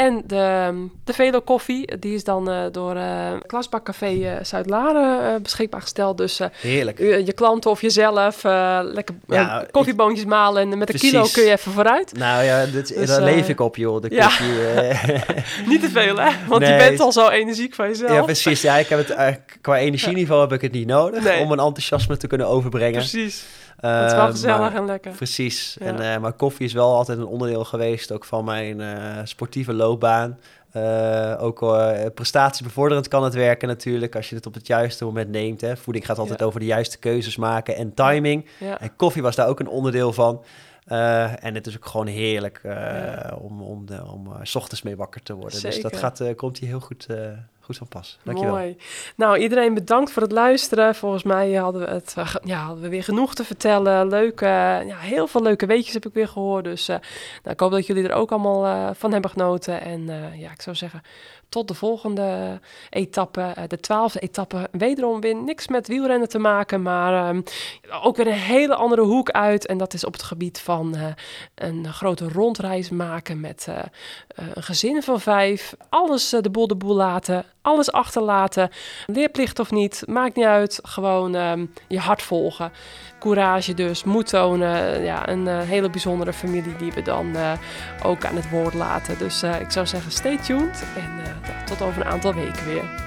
En de Velo koffie, die is dan door Klasbakcafé Zuid-Laren beschikbaar gesteld. Dus Heerlijk. je klanten of jezelf lekker koffieboontjes malen en met een kilo kun je even vooruit. Nou ja, daar leef ik op, joh. De koffie, Niet te veel, hè? Want je bent al zo energiek van jezelf. Ja, precies. Ja, ik heb het qua energieniveau heb ik het niet nodig om mijn enthousiasme te kunnen overbrengen. Precies. Het is wel gezellig en lekker. Precies. Ja. Maar koffie is wel altijd een onderdeel geweest, ook van mijn sportieve loopbaan. Ook prestatiebevorderend kan het werken natuurlijk, als je het op het juiste moment neemt. Hè. Voeding gaat altijd over de juiste keuzes maken en timing. Ja. En koffie was daar ook een onderdeel van. En het is ook gewoon heerlijk om 's ochtends mee wakker te worden. Zeker. Dus dat komt hier heel goed van pas. Dankjewel. Mooi. Nou, iedereen bedankt voor het luisteren. Volgens mij hadden we weer genoeg te vertellen. Heel veel leuke weetjes heb ik weer gehoord. Dus ik hoop dat jullie er ook allemaal van hebben genoten. En ik zou zeggen, tot de volgende etappe, de 12e etappe. Wederom weer niks met wielrennen te maken, maar ook weer een hele andere hoek uit. En dat is op het gebied van een grote rondreis maken met een gezin van 5. Alles de boel laten, alles achterlaten. Leerplicht of niet, maakt niet uit. Gewoon je hart volgen. Courage dus, moed tonen. Een hele bijzondere familie die we dan ook aan het woord laten. Dus ik zou zeggen, stay tuned en tot over een aantal weken weer.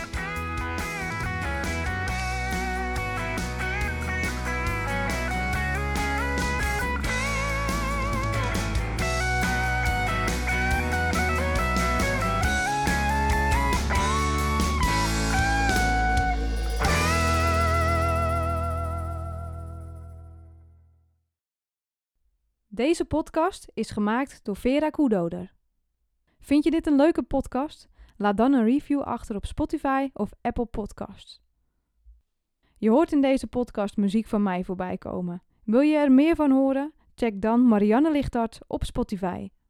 Deze podcast is gemaakt door Vera Koedoder. Vind je dit een leuke podcast? Laat dan een review achter op Spotify of Apple Podcasts. Je hoort in deze podcast muziek van mij voorbij komen. Wil je er meer van horen? Check dan Marianne Lichthart op Spotify.